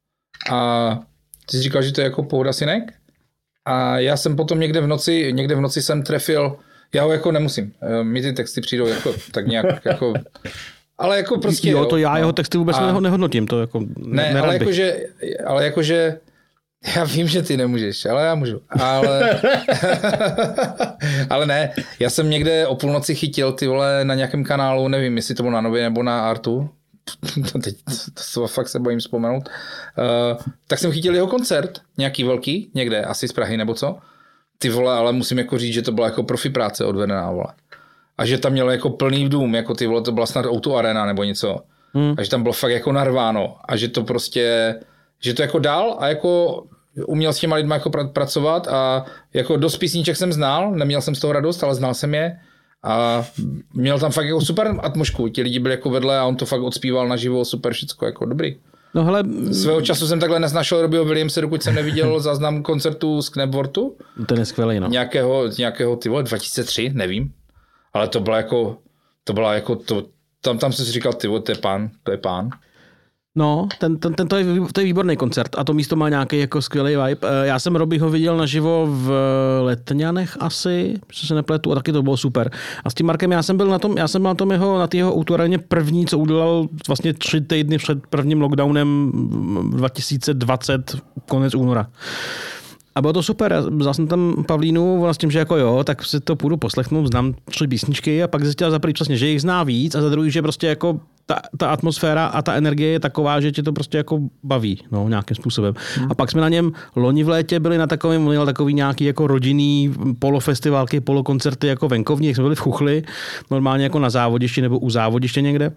A ty jsi říkal, že to je jako Pohoda synek. A já jsem potom někde v noci, někde v noci jsem trefil, já ho jako nemusím, mi ty texty přijdou jako tak nějak jako... Ale jako prostě... Jo, to já jeho texty vůbec a... nehodnotím, to jako... Ne, ale jakože, ale jakože... Já vím, že ty nemůžeš, ale já můžu. Ale, ale ne, já jsem někde o půlnoci chytil ty vole na nějakém kanálu, nevím, jestli to bylo na Nově nebo na Artu, to teď to, to fakt se bojím vzpomenout, uh, tak jsem chytil jeho koncert, nějaký velký, někde, asi z Prahy nebo co, ty vole, ale musím jako říct, že to byla jako profi práce odvedená, vole. A že tam mělo jako plný dům, jako ty vole, to byla snad Auto Arena nebo něco. Hmm. A že tam bylo fakt jako narváno a že to prostě... Že to jako dál a jako uměl s těma lidma jako pracovat a jako dost písniček jsem znal, neměl jsem z toho radost, ale znal jsem je a měl tam fakt jako super atmosféru, ti lidi byli jako vedle a on to fakt odspíval naživo, super všecko, jako dobrý. No hele... Svého času jsem takhle nesnašel Robbieho Williamse, dokud jsem neviděl záznam koncertu z Knebworthu. To je skvělý, no. Nějakého, nějakého ty vole, dva tisíce tři, nevím, ale to byla jako, to byla jako, to, tam, tam jsem si říkal, ty vole, to je pán, to je pán. No, ten, ten, ten to, je, to je výborný koncert a to místo má nějaký jako skvělý vibe. Já jsem Robbieho viděl naživo v Letňanech asi, že se nepletu, a taky to bylo super. A s tím Markem já jsem byl na tom, já jsem byl na tom jeho, na té jeho autoraně první, co udělal vlastně tři týdny před prvním lockdownem dva tisíce dvacet, konec února. A bylo to super, vzal jsem tam Pavlínu, ona s tím, že jako jo, tak si to půjdu poslechnout, znám tři písničky a pak zjistila za první přesně, že jich zná víc a za druhý, že prostě jako ta, ta atmosféra a ta energie je taková, že tě to prostě jako baví, no, nějakým způsobem. Hmm. A pak jsme na něm loni v létě byli na takovém, měl takový nějaký jako rodinný polofestivalky, polokoncerty jako venkovní, jak jsme byli v Chuchli, normálně jako na závodišti nebo u závodiště někde.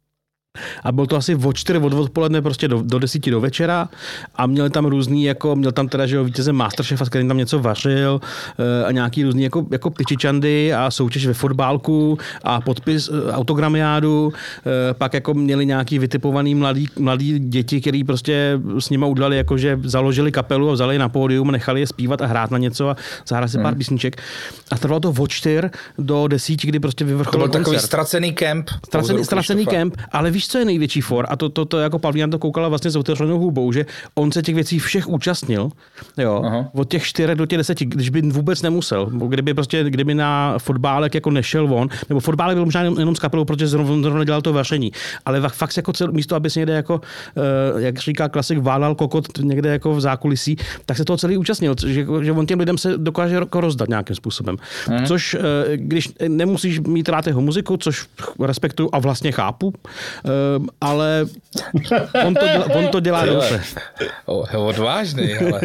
A byl to asi od čtyři od odpoledne prostě do, do desíti do večera a měli tam různý, jako měl tam teda, že jo, vítěze Masterchefa, s kterým tam něco vařil a nějaký různý jako, jako pičičandy a soutěž ve fotbálku a podpis autogramiádu, pak jako měli nějaký vytipovaný mladý, mladý děti, který prostě s nima udělali, jako že založili kapelu a vzali je na pódium, nechali je zpívat a hrát na něco a zahrát si pár hmm. písniček. A trvalo to od čtyř do desíti, kdy prostě vyvrcholil koncert. To byl takový ztracený kemp. Ztracený, ztracený kemp, ale víš, co je největší for, a to, to, to jako Pavlína to koukala vlastně s otevřenou hubou, že on se těch věcí všech účastnil, jo, Aha. od těch čtyř do těch deseti, když by vůbec nemusel, kdyby prostě, kdyby na fotbálek jako nešel von, nebo fotbálek byl možná jenom s kapelou, protože zrovna, zrovna dělal to vaření, ale fakt jako cel, místo, aby se někde jako, jak říká klasik, válal kokot někde jako v zákulisí, tak se toho celý účastnil, že, že on těm lidem se dokáže jako rozdat nějakým způsobem. Aha. Což, když nemusíš mít rád jeho muziku, což respektuju a vlastně chápu, ale on to dělá, on to dělá dobře. Odvážný, ale...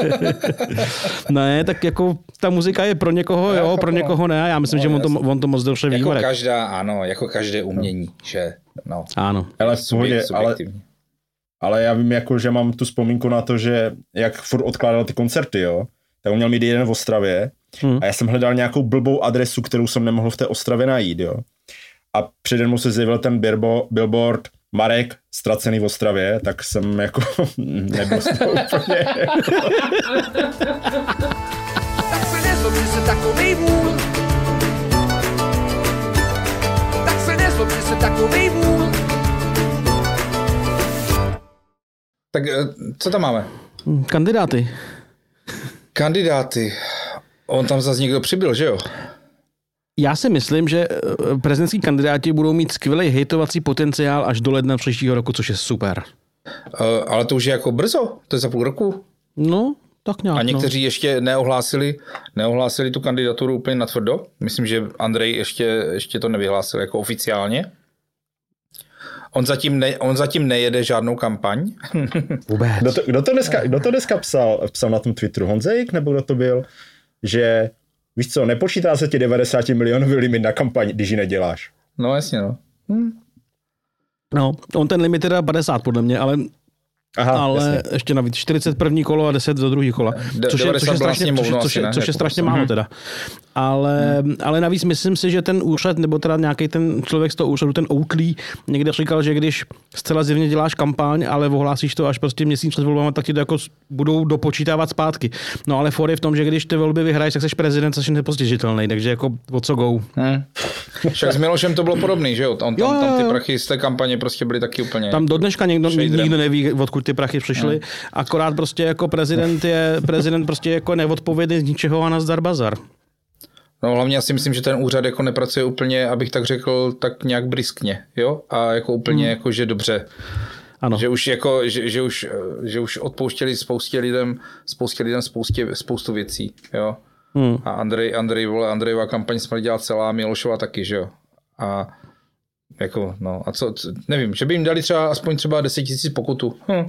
Ne, tak jako ta muzika je pro někoho, jo, pro někoho ne, já myslím, no, že on to, on to moc dobře ví. Jako každá, ano, jako každé umění, že no. Ano. Ale, pohodě, ale, ale já vím, jako, že mám tu vzpomínku na to, že jak furt odkládal ty koncerty, jo, tak on měl mít jeden v Ostravě hmm. a já jsem hledal nějakou blbou adresu, kterou jsem nemohl v té Ostravě najít, jo. A přede mnou se zjevil ten birbo, billboard Marek, ztracený v Ostravě, tak jsem jako nebyl z toho úplně jako... Tak se nezlob, že se takovej vůl. Tak se nezlob, že se takovej vůl. Tak co tam máme? Kandidáty. Kandidáty. On tam zase někdo přibyl, že jo? Já si myslím, že prezidentský kandidáti budou mít skvělý hejtovací potenciál až do ledna příštího roku, což je super. Uh, ale to už je jako brzo, to je za půl roku. No, tak nějak. A někteří no. ještě neohlásili, neohlásili tu kandidaturu úplně natvrdo. Myslím, že Andrej ještě, ještě to nevyhlásil jako oficiálně. On zatím, ne, on zatím nejede žádnou kampaň. Vůbec. Kdo to, kdo to, dneska, kdo to dneska psal, psal na tom Twitteru? Honzejk, nebo kdo to byl? Že víš co, nepočítá se ti devadesát milionový limit na kampaň, když ji neděláš. No jasně, no. Hm. No, on ten limit teda padesát podle mě, ale Aha, ale jasně. ještě navíc čtyřicet první kolo a deset do druhý kola, což je, což je strašně, což, což, je, což je strašně málo teda. Ale, hmm. ale navíc myslím si, že ten úřad, nebo teda nějaký ten člověk z toho úřadu, ten Oatley, někde říkal, že když zcela zjevně děláš kampaň, ale ohlásíš to až prostě měsíc před volbama, tak ti to jako budou dopočítávat zpátky. No ale for je v tom, že když ty volby vyhraješ, tak jsi prezident, což je nepostižitelný, takže jako o co go. Hmm. Však s Milošem to bylo podobný, že jo? On tam, jo, tam ty prachy z té kampaně prostě byly taky úplně... Tam do dneška někdo, nikdo neví, odkud ty prachy přišly. Hmm. Akorát prostě jako prezident je prezident prostě jako neodpovědný z ničeho a nazdar bazar. No hlavně já si myslím, že ten úřad jako nepracuje úplně, abych tak řekl, tak nějak briskně, jo? A jako úplně hmm. jako, že dobře. Ano. Že už jako, že, že už, že už odpouštěli spoustě lidem, spoustě lidem spoustě, spoustu věcí, jo? Hmm. A Andrej, Andrej, vole, Andrejova kampaň jsme dělala celá, Milošova taky, že jo? A jako, no, a co, nevím, že by jim dali třeba aspoň třeba deset tisíc pokutu. Hm.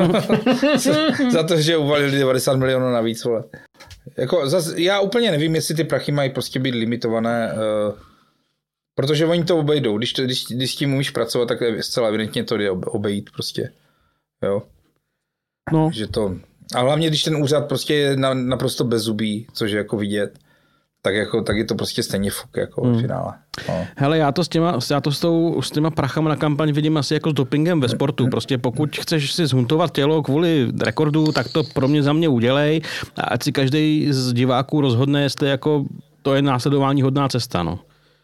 Za to, že uvalili devadesát milionů navíc, vole. Jako, zas, já úplně nevím, jestli ty prachy mají prostě být limitované, uh, protože oni to obejdou. Když, to, když, když s tím umíš pracovat, tak zcela evidentně to jde obejít prostě. Jo. No. Že to, a hlavně, když ten úřad prostě je na, naprosto bezzubý, což je jako vidět, tak, jako, tak je to prostě stejně fuk jako hmm. v finále. No. Hele, já to, s těma, já to s, tou, s těma prachama na kampaň vidím asi jako s dopingem ve sportu. Prostě pokud chceš si zhuntovat tělo kvůli rekordu, tak to pro mě za mě udělej. A ať si každý z diváků rozhodne, jestli jako to je následování hodná cesta. No.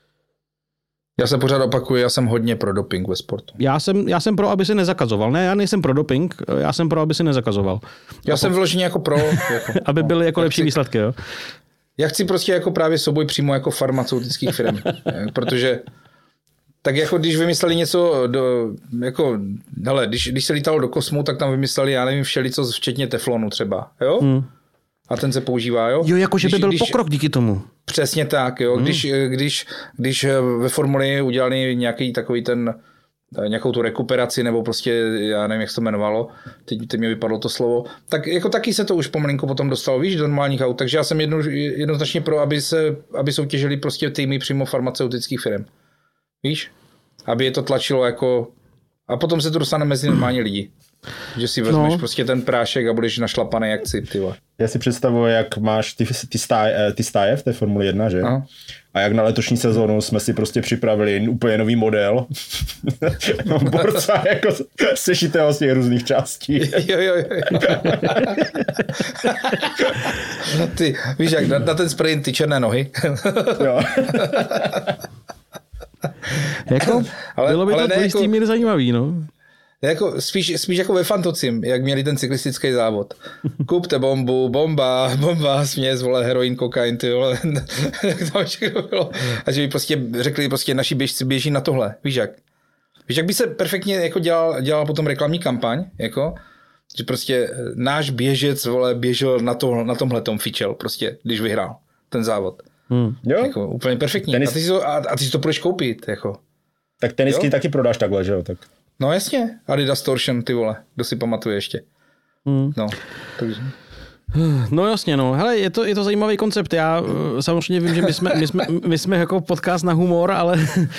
Já se pořád opakuju, já jsem hodně pro doping ve sportu. Já jsem, já jsem pro, aby si nezakazoval. Ne, já nejsem pro doping, já jsem pro, aby si nezakazoval. Já a jsem po... vyloženě jako pro. Jako, aby byly jako lepší chci... výsledky, jo. Já chci prostě jako právě souboj přímo jako farmaceutických firm, protože tak jako když vymysleli něco do, jako, hele, když, když se lítalo do kosmu, tak tam vymysleli, já nevím, všelico, včetně teflonu třeba, jo? Hmm. A ten se používá, jo? Jo, jakože by byl když, pokrok díky tomu. Přesně tak, jo. Hmm. Když, když, když ve formuli udělali nějaký takový ten, nějakou tu rekuperaci, nebo prostě, já nevím, jak se to jmenovalo, teď, teď mi vypadlo to slovo, tak jako taky se to už pomalinko potom dostalo, víš, do normálních aut, takže já jsem jedno, jednoznačně pro, aby, se, aby soutěžili prostě týmy přímo farmaceutických firm. Víš? Aby je to tlačilo jako, a potom se to dostane mezi normální lidi. Že si vezmeš no. prostě ten prášek a budeš našlapaný jak cip, ty vole. Já si představuji, jak máš ty, ty, stáje, ty stáje v té Formuli jedna, že? No. A jak na letošní sezónu jsme si prostě připravili úplně nový model. Borca jako sešitého z těch různých částí. Jo, jo, jo. No ty, víš jak, na, na ten sprint ty černé nohy. Jo. Jako, ale, bylo by ale to jistý jako... míry zajímavý, no. Jako, spíš, spíš jako ve Fantocim, jak měli ten cyklistický závod. Kupte bombu, bomba, bomba, směs, vole, heroin, kokain, ty vole. Jak tam všechno bylo. A že by prostě řekli, prostě naši běžci běží na tohle. Víš jak? Víš, jak by se perfektně jako dělal, dělal potom reklamní kampaň, jako, že prostě náš běžec, vole, běžel na, to, na tomhletom fičel, prostě, když vyhrál ten závod. Hmm. Jo? Jako, úplně perfektní. Tenis... A, ty si to, a, a ty si to budeš koupit, jako. Tak tenisky jo? Taky prodáš takhle, že jo? Tak... No jasně, Adidas Torsion, ty vole, kdo si pamatuje ještě. Hmm. No, takže... No jasně, no. Hele, je to, je to zajímavý koncept. Já samozřejmě vím, že my jsme, my jsme, my jsme jako podcast na humor, ale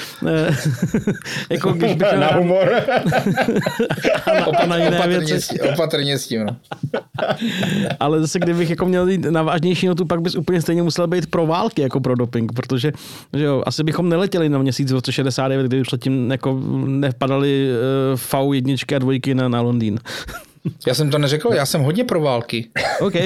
jako když bych... Na humor. a na, a na jiné opatrně věci. S tím, opatrně s tím, no. Ale zase, kdybych jako měl jít na vážnější notu, pak bys úplně stejně musel být pro války jako pro doping, protože že jo, asi bychom neletěli na měsíc v roce šedesát devět, kdy předtím jako nepadaly uh, V jedna a dva na, na Londýn. Já jsem to neřekl, já jsem hodně pro války. OK.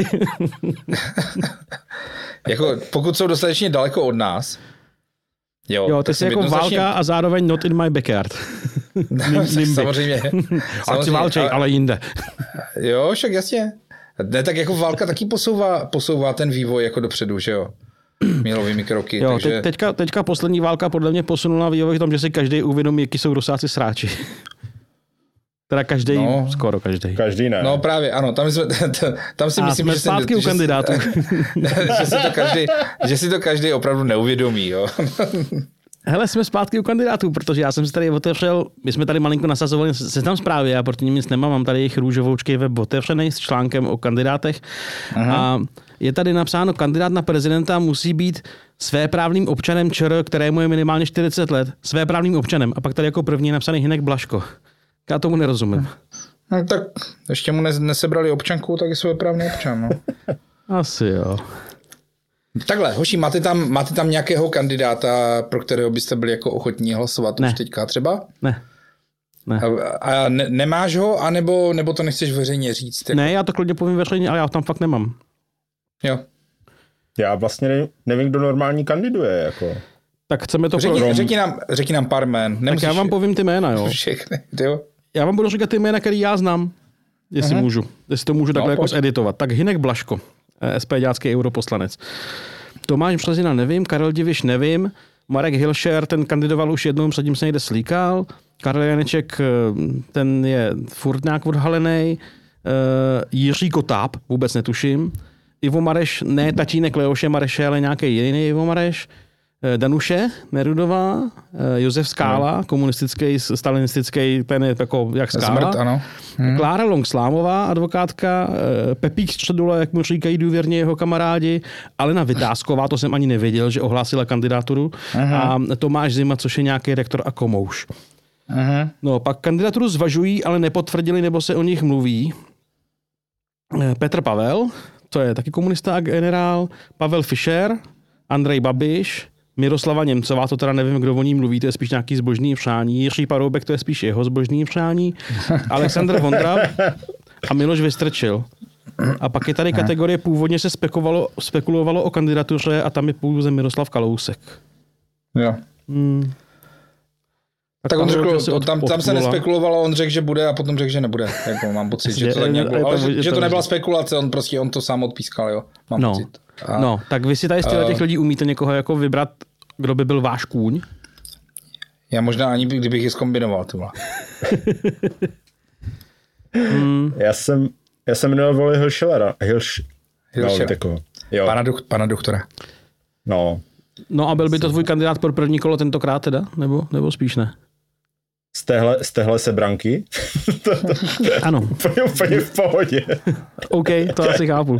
Jako, pokud jsou dostatečně daleko od nás. Jo, jo ty jsi jako jednoznačně... válka a zároveň not in my backyard. Samozřejmě. A si válčej, ale... ale jinde. Jo, však jasně. Ne, tak jako válka taky posouvá, posouvá ten vývoj jako dopředu, že jo? Mílovými kroky. Jo, takže... te, teďka, teďka poslední válka podle mě posunula vývoj v tom, že si každý uvědomí, jaký jsou rusáci sráči. Teda každý, no, skoro každý. Každý ne. No právě, ano, tam, jsme, tam si a myslím, jsme že, zpátky se, u kandidátů. že, si to každý, že si to každý opravdu neuvědomí, jo. Hele, jsme zpátky u kandidátů, protože já jsem si tady otevřel, my jsme tady malinko nasazovali seznam zprávy, já proti nim nic nemám, mám tady jejich růžovoučky web otevřený s článkem o kandidátech. Aha. A je tady napsáno, kandidát na prezidenta musí být svéprávným občanem ČR, kterému je minimálně čtyřicet let, svéprávným občanem. A pak tady jako první je napsaný Hynek Blažko. Já tomu nerozumím. No tak ještě mu nesebrali občanku, tak je svéprávný občan. No. Asi jo. Takhle, hoši, máte tam, máte tam nějakého kandidáta, pro kterého byste byli jako ochotní hlasovat ne. už teďka třeba? Ne. Ne. A, a ne, nemáš ho, anebo nebo to nechceš veřejně říct? Jako? Ne, já to klidně povím veřejně, ale já tam fakt nemám. Jo. Já vlastně nevím, kdo normální kandiduje. Jako. Tak chceme to... Řekni, pro... řekni, nám, řekni nám pár jmén. Nemusíš... Tak já vám povím ty jména, jo. Všechny, jo. Já vám budu říkat ty jména, který já znám. Jestli uh-huh. můžu. Jestli to můžu takhle no, jako editovat. Tak Hynek Blažko, SPDácký europoslanec. Tomáš Březina nevím, Karel Diviš nevím, Marek Hilšer, ten kandidoval už jednou, předtím se někde slíkal, Karel Janeček, ten je furt nějak odhalenej, Jiří Kotáb, vůbec netuším, Ivo Mareš, ne tatínek Leoše Mareše, ale nějaký jiný Ivo Mareš, Danuše Nerudová, Josef Skála, no. komunistický, stalinistický, ten je jako jak Skála. Zmrt, ano. Hmm. Klára Long-Slámová, advokátka, Pepík Středula, jak mu říkají důvěrně jeho kamarádi, Alena Vytázková, to jsem ani nevěděl, že ohlásila kandidaturu, Aha. a Tomáš Zima, což je nějaký rektor a komouš. Aha. No, pak kandidaturu zvažují, ale nepotvrdili, nebo se o nich mluví. Petr Pavel, to je taky komunista a generál, Pavel Fischer, Andrej Babiš, Miroslava Němcová, to teda nevím, kdo o ní mluví, to je spíš nějaký zbožný přání. Jiří Paroubek, to je spíš jeho zbožný přání. Alexandr Vondra a Miloš Vystrčil. A pak je tady kategorie, původně se spekulovalo, spekulovalo o kandidatuře a tam je pouze Miroslav Kalousek. Jo. Hmm. Tak, tak on řekl, to, tam, tam se nespekulovalo, on řekl, že bude a potom řekl, že nebude. Jako mám pocit, že to tak nějak bylo. Ale že, že to nebyla spekulace, on prostě on to sám odpískal, jo. Mám no. pocit. A, no, tak vy si tady z těch lidí umíte někoho jako vybrat, kdo by byl váš kůň? Já možná ani kdybych je zkombinoval, tohle. hmm. Já jsem, já jsem minul volil Hilšera. Hilš... Hilšera. No, pana, do, pana doktora. No. No a byl by to tvůj kandidát pro první kolo tentokrát teda? Nebo, nebo spíš ne? Z téhle, z téhle sebranky? to, to, ano. Úplně, úplně v pohodě. OK, to asi chápu.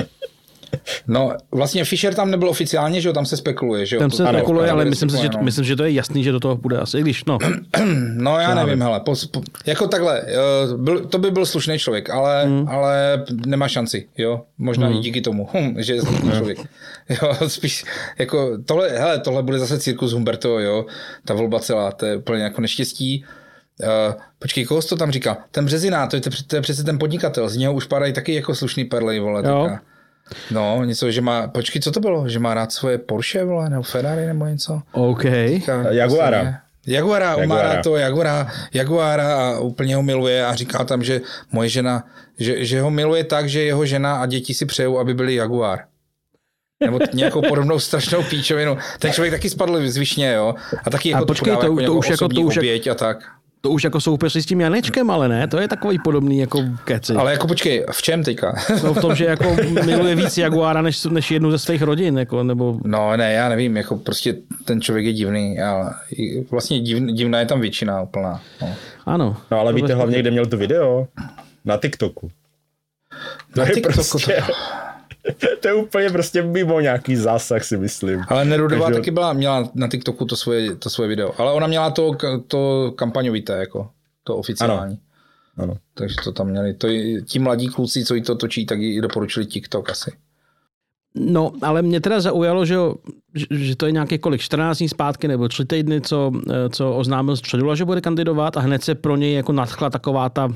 No, vlastně Fischer tam nebyl oficiálně, že jo, tam se spekuluje, že jo. Tam se ano, spekuluje, ale myslím si, že, no. myslím, že to je jasný, že do toho bude asi, když, no. No, já nevím, hele, po, po, jako takhle, byl, to by byl slušný člověk, ale, hmm. ale nemá šanci, jo, možná hmm. i díky tomu, hm, že je slušný člověk. Jo, spíš, jako, tohle, hele, tohle bude zase cirkus Humberto, jo, ta volba celá, to je úplně jako neštěstí. Uh, počkej, koho jsi to tam říkal? Ten Březina, to je, to je přece ten podnikatel, z něho už padají taky jako slušný perly, vole, teďka. No, něco, že má, počkej, co to bylo? Že má rád svoje Porsche, vole, nebo Ferrari, nebo něco? OK. Teďka, Jaguara. Jaguara, on má rád to Jaguara, Jaguara a úplně ho miluje a říká tam, že moje žena, že, že ho miluje tak, že jeho žena a děti si přejou, aby byli Jaguar. Nebo nějakou podobnou strašnou píčovinu. Ten člověk taky spadl z višně, jo? A taky jako a počkej, to, jako to už jako to už oběť a tak. To už jako soupeři s tím Janečkem, ale ne, to je takový podobný jako keci. Ale jako počkej, v čem teďka? No v tom, že jako miluje víc Jaguara než, než jednu ze svých rodin, jako, nebo... No ne, já nevím, jako prostě ten člověk je divný, ale vlastně div, divná je tam většina úplná. No. Ano. No ale víte hlavně, kde měl to video? Na TikToku. Na to TikToku prostě... to... To je úplně prostě mimo nějaký zásah, si myslím. Ale Nerudová Takže... taky byla, měla na TikToku to svoje, to svoje video. Ale ona měla to, to kampaňovité, jako to oficiální. Ano. Ano. Takže to tam měli. To, ti mladí kluci, co jí to točí, tak jí doporučili TikTok asi. No, ale mě teda zaujalo, že, že to je nějaké kolik, čtrnáct dní zpátky nebo tři týdny, co, co oznámil Středula, že bude kandidovat a hned se pro něj jako nadchla taková ta...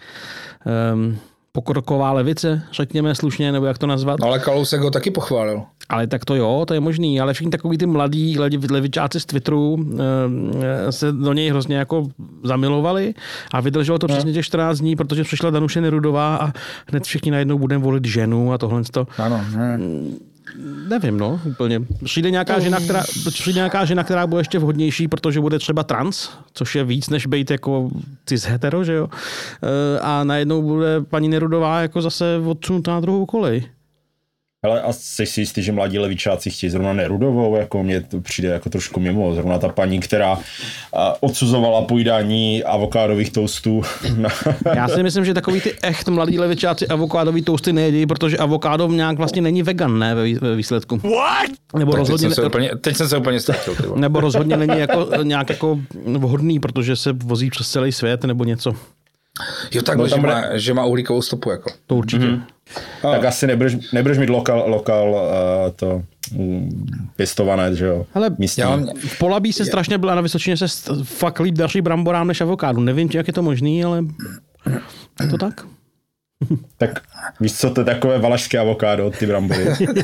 Um, pokroková levice, řekněme slušně, nebo jak to nazvat. No ale Kalousek ho taky pochválil. Ale tak to jo, to je možný, ale všichni takový ty mladí levičáci z Twitteru e, se do něj hrozně jako zamilovali a vydrželo to no. přesně těch čtrnáct dní, protože přišla Danuše Nerudová a hned všichni najednou budeme volit ženu a tohle. Ano. Ne. Nevím, no, úplně. Přijde nějaká žena, která, přijde nějaká žena, která bude ještě vhodnější, protože bude třeba trans, což je víc, než být jako cis hetero, že jo? A najednou bude paní Nerudová jako zase odsunutá na druhou kolej. Ale a jsi si jistý, že mladí levičáci chtějí zrovna Nerudovou, jako mně to přijde jako trošku mimo. Zrovna ta paní, která odsuzovala pojídání avokádových toastů. Já si myslím, že takový ty echt mladí levičáci avokádový toasty nejedí, protože avokádo nějak vlastně není vegan, ne, ve výsledku. What? Nebo tak rozhodně teď, jsem ne... úplně, teď jsem se úplně ztratil. Nebo rozhodně není jako, nějak jako vhodný, protože se vozí přes celý svět nebo něco. Jo, takhle, no, že, má, bude... že má uhlíkovou stopu, jako. To určitě. Mm-hmm. A... Tak asi nebudeš, nebudeš mít lokal, lokal uh, to um, pěstované, že jo, ale místní. Mám... V Polabí se strašně byla, na Vysočině se fakt líp daří bramborám než avokádu. Nevím, jak je to možný, ale je to tak. Tak víš co, to je takové valašské avokádo, ty brambory.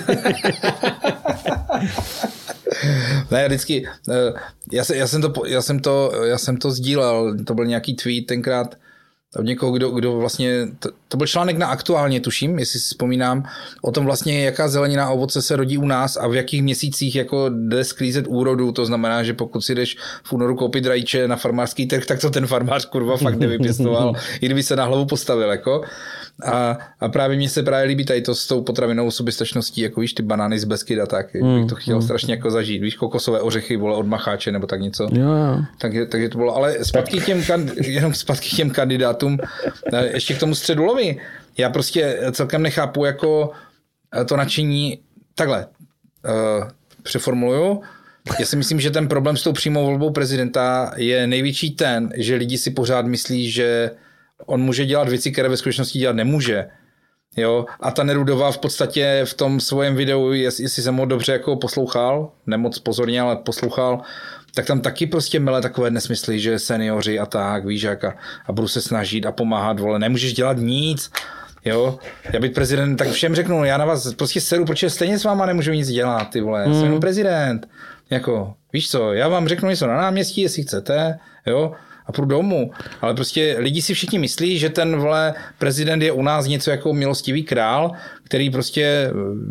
Ne, vždycky, já, se, já, jsem to, já, jsem to, já jsem to sdílel, to byl nějaký tweet tenkrát od někoho, kdo, kdo vlastně, to, to byl článek na Aktuálně, tuším, jestli si vzpomínám, o tom vlastně, jaká zelenina a ovoce se rodí u nás a v jakých měsících jako jde sklízet úrodu, to znamená, že pokud si jdeš v únoru koupit rajče na farmářský trh, tak to ten farmář kurva fakt nevypěstoval, i kdyby se na hlavu postavil, jako. A, a právě mně se právě líbí tady to s tou potravinou soběstačností, jako víš, ty banány z Beskyda, tak mm, bych to chtěl mm. strašně jako zažít, víš, kokosové ořechy, vole, od Macháče nebo tak něco. Jo, jo. Takže, takže to bylo, ale zpátky těm, jenom zpátky těm kandidátům, ještě k tomu Středulovi, já prostě celkem nechápu jako to nadšení, takhle, uh, přeformuluju, já si myslím, že ten problém s tou přímou volbou prezidenta je největší ten, že lidi si pořád myslí, že on může dělat věci, které ve skutečnosti dělat nemůže. Jo? A ta Nerudová v podstatě v tom svém videu, jestli jsem ho dobře jako poslouchal, nemoc pozorně, ale poslouchal, tak tam taky prostě mele takové nesmysly, že seniori a tak, víš, jak a, a budu se snažit a pomáhat, vole, nemůžeš dělat nic, jo, já být prezident, tak všem řeknu, já na vás prostě seru, protože stejně s váma nemůžu nic dělat, ty vole, mm. jsem jenom prezident, jako, víš co, já vám řeknu něco na náměstí, jestli chcete, jo, a půjdu domů. Ale prostě lidi si všichni myslí, že ten vole prezident je u nás něco jako milostivý král, který prostě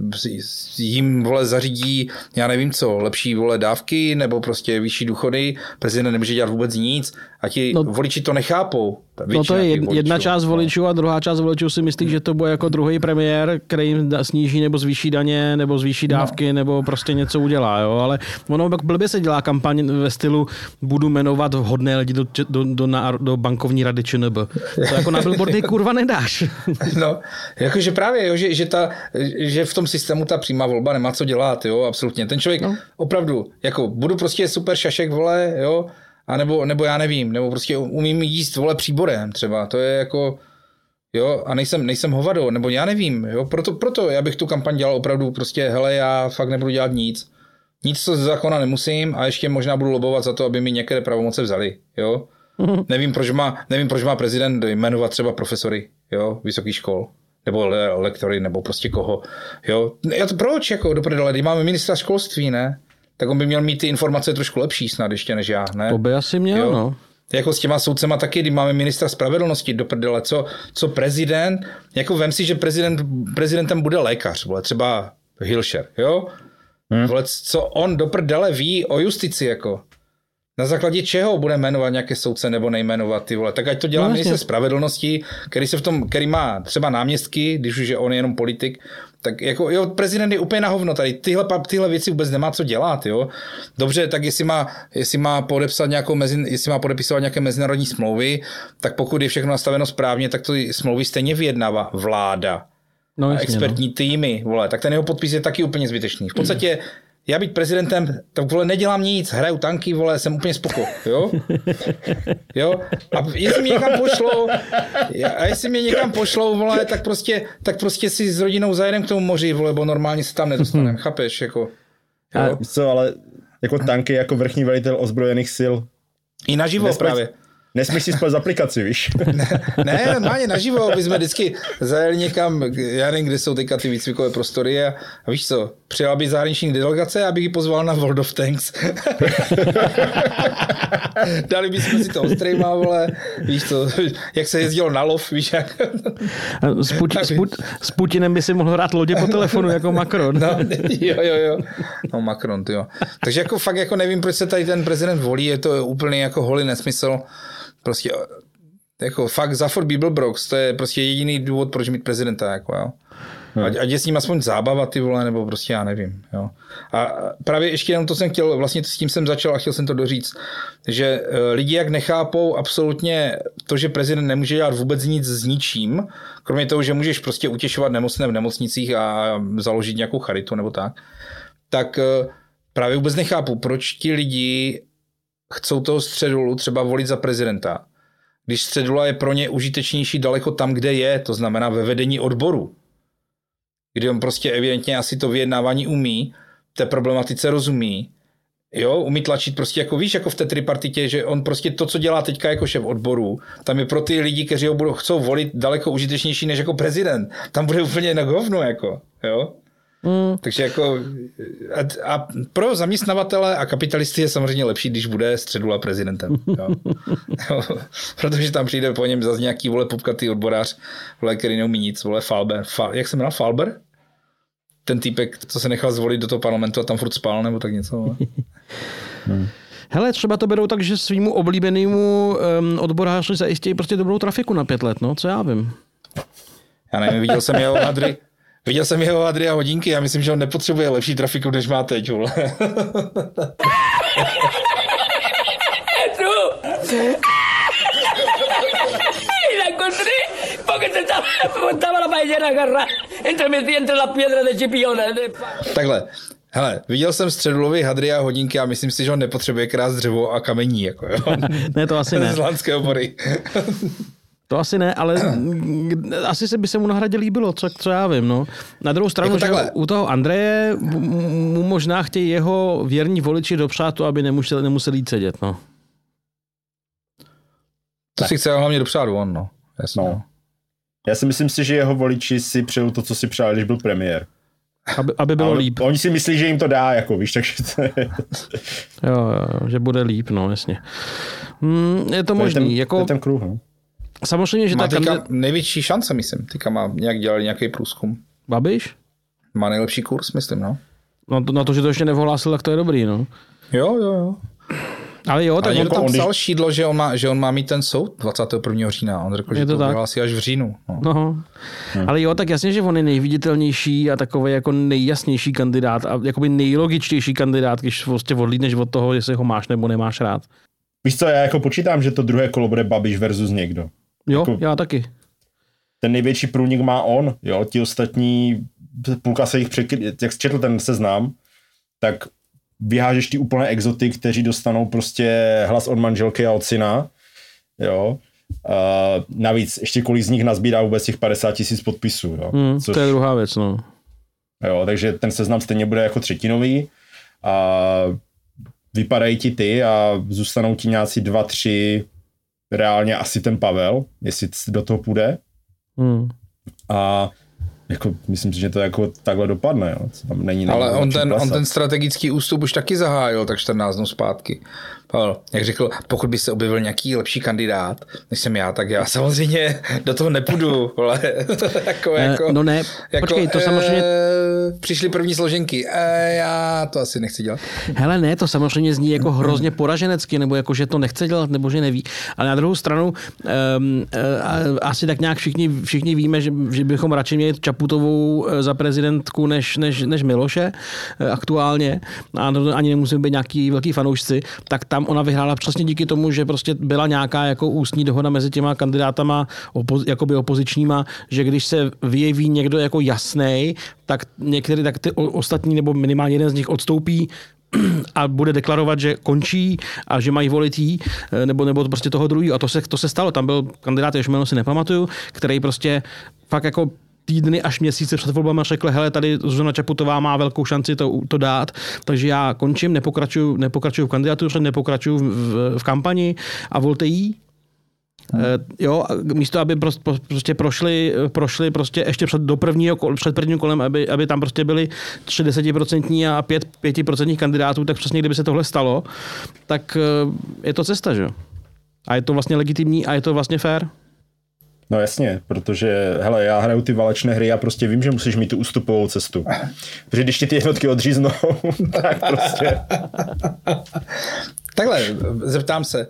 jim vole zařídí, já nevím co, lepší vole dávky nebo prostě vyšší důchody. Prezident nemůže dělat vůbec nic a ti no, voliči to nechápou. No to je jedna voličů, část voličů a druhá část voličů si myslí, že to bude jako druhý premiér, který jim sníží nebo zvýší daně, nebo zvýší dávky, no. nebo prostě něco udělá, jo. Ale ono blbě se dělá kampaň ve stylu budu jmenovat vhodné lidi do, do, do, do, do bankovní rady ČNB. To jako na billboardy kurva nedáš. No, jakože právě, jo, že, že, ta, že v tom systému ta přímá volba nemá co dělat, jo, absolutně. Ten člověk no. opravdu, jako budu prostě super šašek, vole, jo, a nebo, nebo já nevím, nebo prostě umím jíst, vole, příborem třeba, to je jako, jo, a nejsem, nejsem hovado, nebo já nevím, jo, proto, proto já bych tu kampaň dělal opravdu prostě, hele, já fakt nebudu dělat nic, nic, co z zákona nemusím a ještě možná budu lobovat za to, aby mi některé pravomoce vzali, jo, mm-hmm. nevím, proč má, nevím, proč má prezident jmenovat třeba profesory, jo, vysokých škol, nebo le, lektory, nebo prostě koho, jo, já to proč, jako, do prdele, když máme ministra školství, ne? Tak on by měl mít ty informace trošku lepší snad ještě než já, ne? To by asi měl, jo? No. Jako s těma soudcema taky, když máme ministra spravedlnosti do prdele, co, co prezident, jako vem si, že prezident, prezidentem bude lékař, vole, třeba Hilšer, jo? Hmm. Vole, co on do prdele ví o justici, jako? Na základě čeho bude jmenovat nějaké soudce nebo nejmenovat, ty vole? Tak ať to dělá no, ministr spravedlnosti, který se v tom, který má třeba náměstky, když už je on jenom politik, tak jako, jo, prezident je úplně na hovno tady, tyhle, tyhle věci vůbec nemá co dělat, jo. Dobře, tak jestli má, jestli má podepsat nějakou mezi, jestli má podepisovat nějaké mezinárodní smlouvy, tak pokud je všechno nastaveno správně, tak to smlouvy stejně vyjednává vláda. No, jasně, a expertní no. týmy, vole, tak ten jeho podpis je taky úplně zbytečný. V podstatě já být prezidentem, tak vole, nedělám nic, hraju tanky, vole, jsem úplně spoko, jo? Jo? A jestli mě někam pošlou, a jestli mě někam pošlou, vole, tak prostě, tak prostě si s rodinou zajedem k tomu moři, vole, bo normálně se tam nedostanem, chápeš, jako. Jo? A co, ale jako tanky, jako vrchní velitel ozbrojených sil. I naživo Nespět... právě. Nesmíš si splet aplikaci, víš? Ne, ne normálně naživo, my jsme vždycky zajeli někam, já nevím, kde jsou teďka ty výcvikové prostory a, a víš co, přijela by zahraniční delegace, abych ji pozval na World of Tanks. Dali bychom si to ostrejma, vole, víš co, jak se jezdilo na lov, víš jak. S, Puti, s, Put, s Putinem by si mohl hrát lodě po telefonu jako Macron. No, jo, jo, jo. No Macron, ty jo. Takže jako fakt jako nevím, proč se tady ten prezident volí, je to úplně jako holý nesmysl. Prostě jako fakt Zafford Beeblebrox, to je prostě jediný důvod, proč mít prezidenta, jako jo. Ať, ať je s ním aspoň zábava, ty vole, nebo prostě já nevím, jo. A právě ještě jenom to jsem chtěl, vlastně s tím jsem začal a chtěl jsem to doříct, že lidi jak nechápou absolutně to, že prezident nemůže dělat vůbec nic s ničím, kromě toho, že můžeš prostě utěšovat nemocné v nemocnicích a založit nějakou charitu nebo tak, tak právě vůbec nechápu, proč ti lidi chcou toho Středulu třeba volit za prezidenta, když Středula je pro ně užitečnější daleko tam, kde je, to znamená ve vedení odboru. Kdy on prostě evidentně asi to vyjednávání umí, té problematice rozumí, jo, umí tlačit prostě jako víš, jako v té tripartitě, že on prostě to, co dělá teďka jako šéf odboru, tam je pro ty lidi, kteří ho budou chcou volit, daleko užitečnější než jako prezident. Tam bude úplně na govno, jako, jo. Mm. Takže jako a, a pro zaměstnavatele a kapitalisty je samozřejmě lepší, když bude Středula prezidentem. Jo. Jo. Protože tam přijde po něm zase nějaký vole pupkatý odborář, vole, který neumí nic, vole Falber. Fa, jak se jmenoval? Falber? Ten týpek, co se nechal zvolit do toho parlamentu a tam furt spal, nebo tak něco. hmm. Hele, třeba to berou tak, že svýmu oblíbenému um, odboráři zajistějí prostě dobrou trafiku na pět let, no, co já vím. Já nevím, viděl jsem jeho hadry, viděl jsem jeho hadry a hodinky, já myslím, že on nepotřebuje lepší trafiku, než má teď, vole. Takhle, hele, viděl jsem Středulovi hadry a hodinky a myslím si, že on nepotřebuje krást dřevo a kamení, jako jo. Ne, to asi ne. Z Lánské obory. To asi ne, ale asi se by se mu na Hradě líbilo, co, co já vím. No. Na druhou stranu, jako že u toho Andreje mu možná chtějí jeho věrní voliči dopřát to, aby nemusel, nemusel jít sedět. No. To ne. Si chce hlavně dopřát on, no. Jasně, no. Já si myslím si, že jeho voliči si přejou to, co si přál, když byl premiér. Aby, aby bylo ale líp. Oni si myslí, že jim to dá, jako víš, takže to je... jo, jo, že bude líp, no, jasně. Hmm, je to, to možný. Je ten, jako... to je ten kruh, no. Samozřejmě, že má ta teďka kandid... největší šance, myslím. Teďka má nějak dělali nějaký průzkum. Babiš? Má nejlepší kurz, myslím, no. No to, na to, že to ještě nevohlásil, tak to je dobrý, no. Jo, jo, jo. Ale jo, tak ale on někdo tam když... psal Šídlo, že on, má, že on má mít ten soud dvacátého prvního října. On řekl, je že to, to vyhlásí až v říjnu. No. No. Hmm. Ale jo, tak jasně, že on je nejviditelnější a takový jako nejjasnější kandidát a jakoby nejlogičtější kandidát, když vlastně odlídneš od toho, jestli ho máš nebo nemáš rád. Víš co, já jako počítám, že to druhé kolo bude Babiš versus někdo. Jo, jako, já taky. Ten největší průnik má on, jo, ti ostatní, půlka se jich překry... jak jsi četl ten seznam, tak vyhážeš ty úplné exoty, kteří dostanou prostě hlas od manželky a od syna, jo. Uh, navíc ještě kolik z nich nazbírá vůbec těch padesát tisíc podpisů, jo. Mm, Což, to je druhá věc, no. Jo, takže ten seznam stejně bude jako třetinový a vypadají ti ty a zůstanou ti nějací dva, tři, reálně asi ten Pavel, jestli do toho půjde. Mm. A jako, myslím si, že to jako takhle dopadne. Jo. Tam není ale on ten, on ten strategický ústup už taky zahájil, tak čtrnáct dnů zpátky. Pavel, jak řekl, pokud by se objevil nějaký lepší kandidát, než jsem já, tak já samozřejmě do toho nepůjdu. Ale jako, jako, no ne, jako, počkej, to samozřejmě... E, přišly první složenky, e, já to asi nechci dělat. Hele ne, to samozřejmě zní jako hrozně poraženecky, nebo jako, že to nechce dělat, nebo že neví. Ale na druhou stranu um, uh, asi tak nějak všichni, všichni víme, že, že bychom radši měli Čaputovou za prezidentku než, než, než Miloše aktuálně. A ani nemusíme být nějaký velký fanoušci, tak tam ona vyhrála přesně díky tomu, že prostě byla nějaká jako ústní dohoda mezi těma kandidátama opozi, jakoby opozičníma, že když se vyjeví někdo jako jasnej, tak některý, tak ty ostatní nebo minimálně jeden z nich odstoupí a bude deklarovat, že končí a že mají volit jí, nebo, nebo prostě toho druhého. A to se, to se stalo. Tam byl kandidát, jehož jméno si nepamatuju, který prostě fakt jako týdny až měsíce před volbama řekl, hele, tady Zuzana Čaputová má velkou šanci to, to dát, takže já končím, nepokračuju, nepokračuju v kandidatuře, nepokračuju v, v, v kampani a volte jí. Hmm. E, jo, místo, aby prostě prošli, prošli prostě ještě před, do prvního, před prvním kolem, aby, aby tam prostě byli třicet procent a pět procent kandidátů, tak přesně kdyby se tohle stalo, tak je to cesta, že? A je to vlastně legitimní a je to vlastně fair. No jasně, protože hele, já hraju ty válečné hry a prostě vím, že musíš mít tu ústupovou cestu. Protože když ti ty jednotky odříznou, tak prostě... Takhle, zeptám se.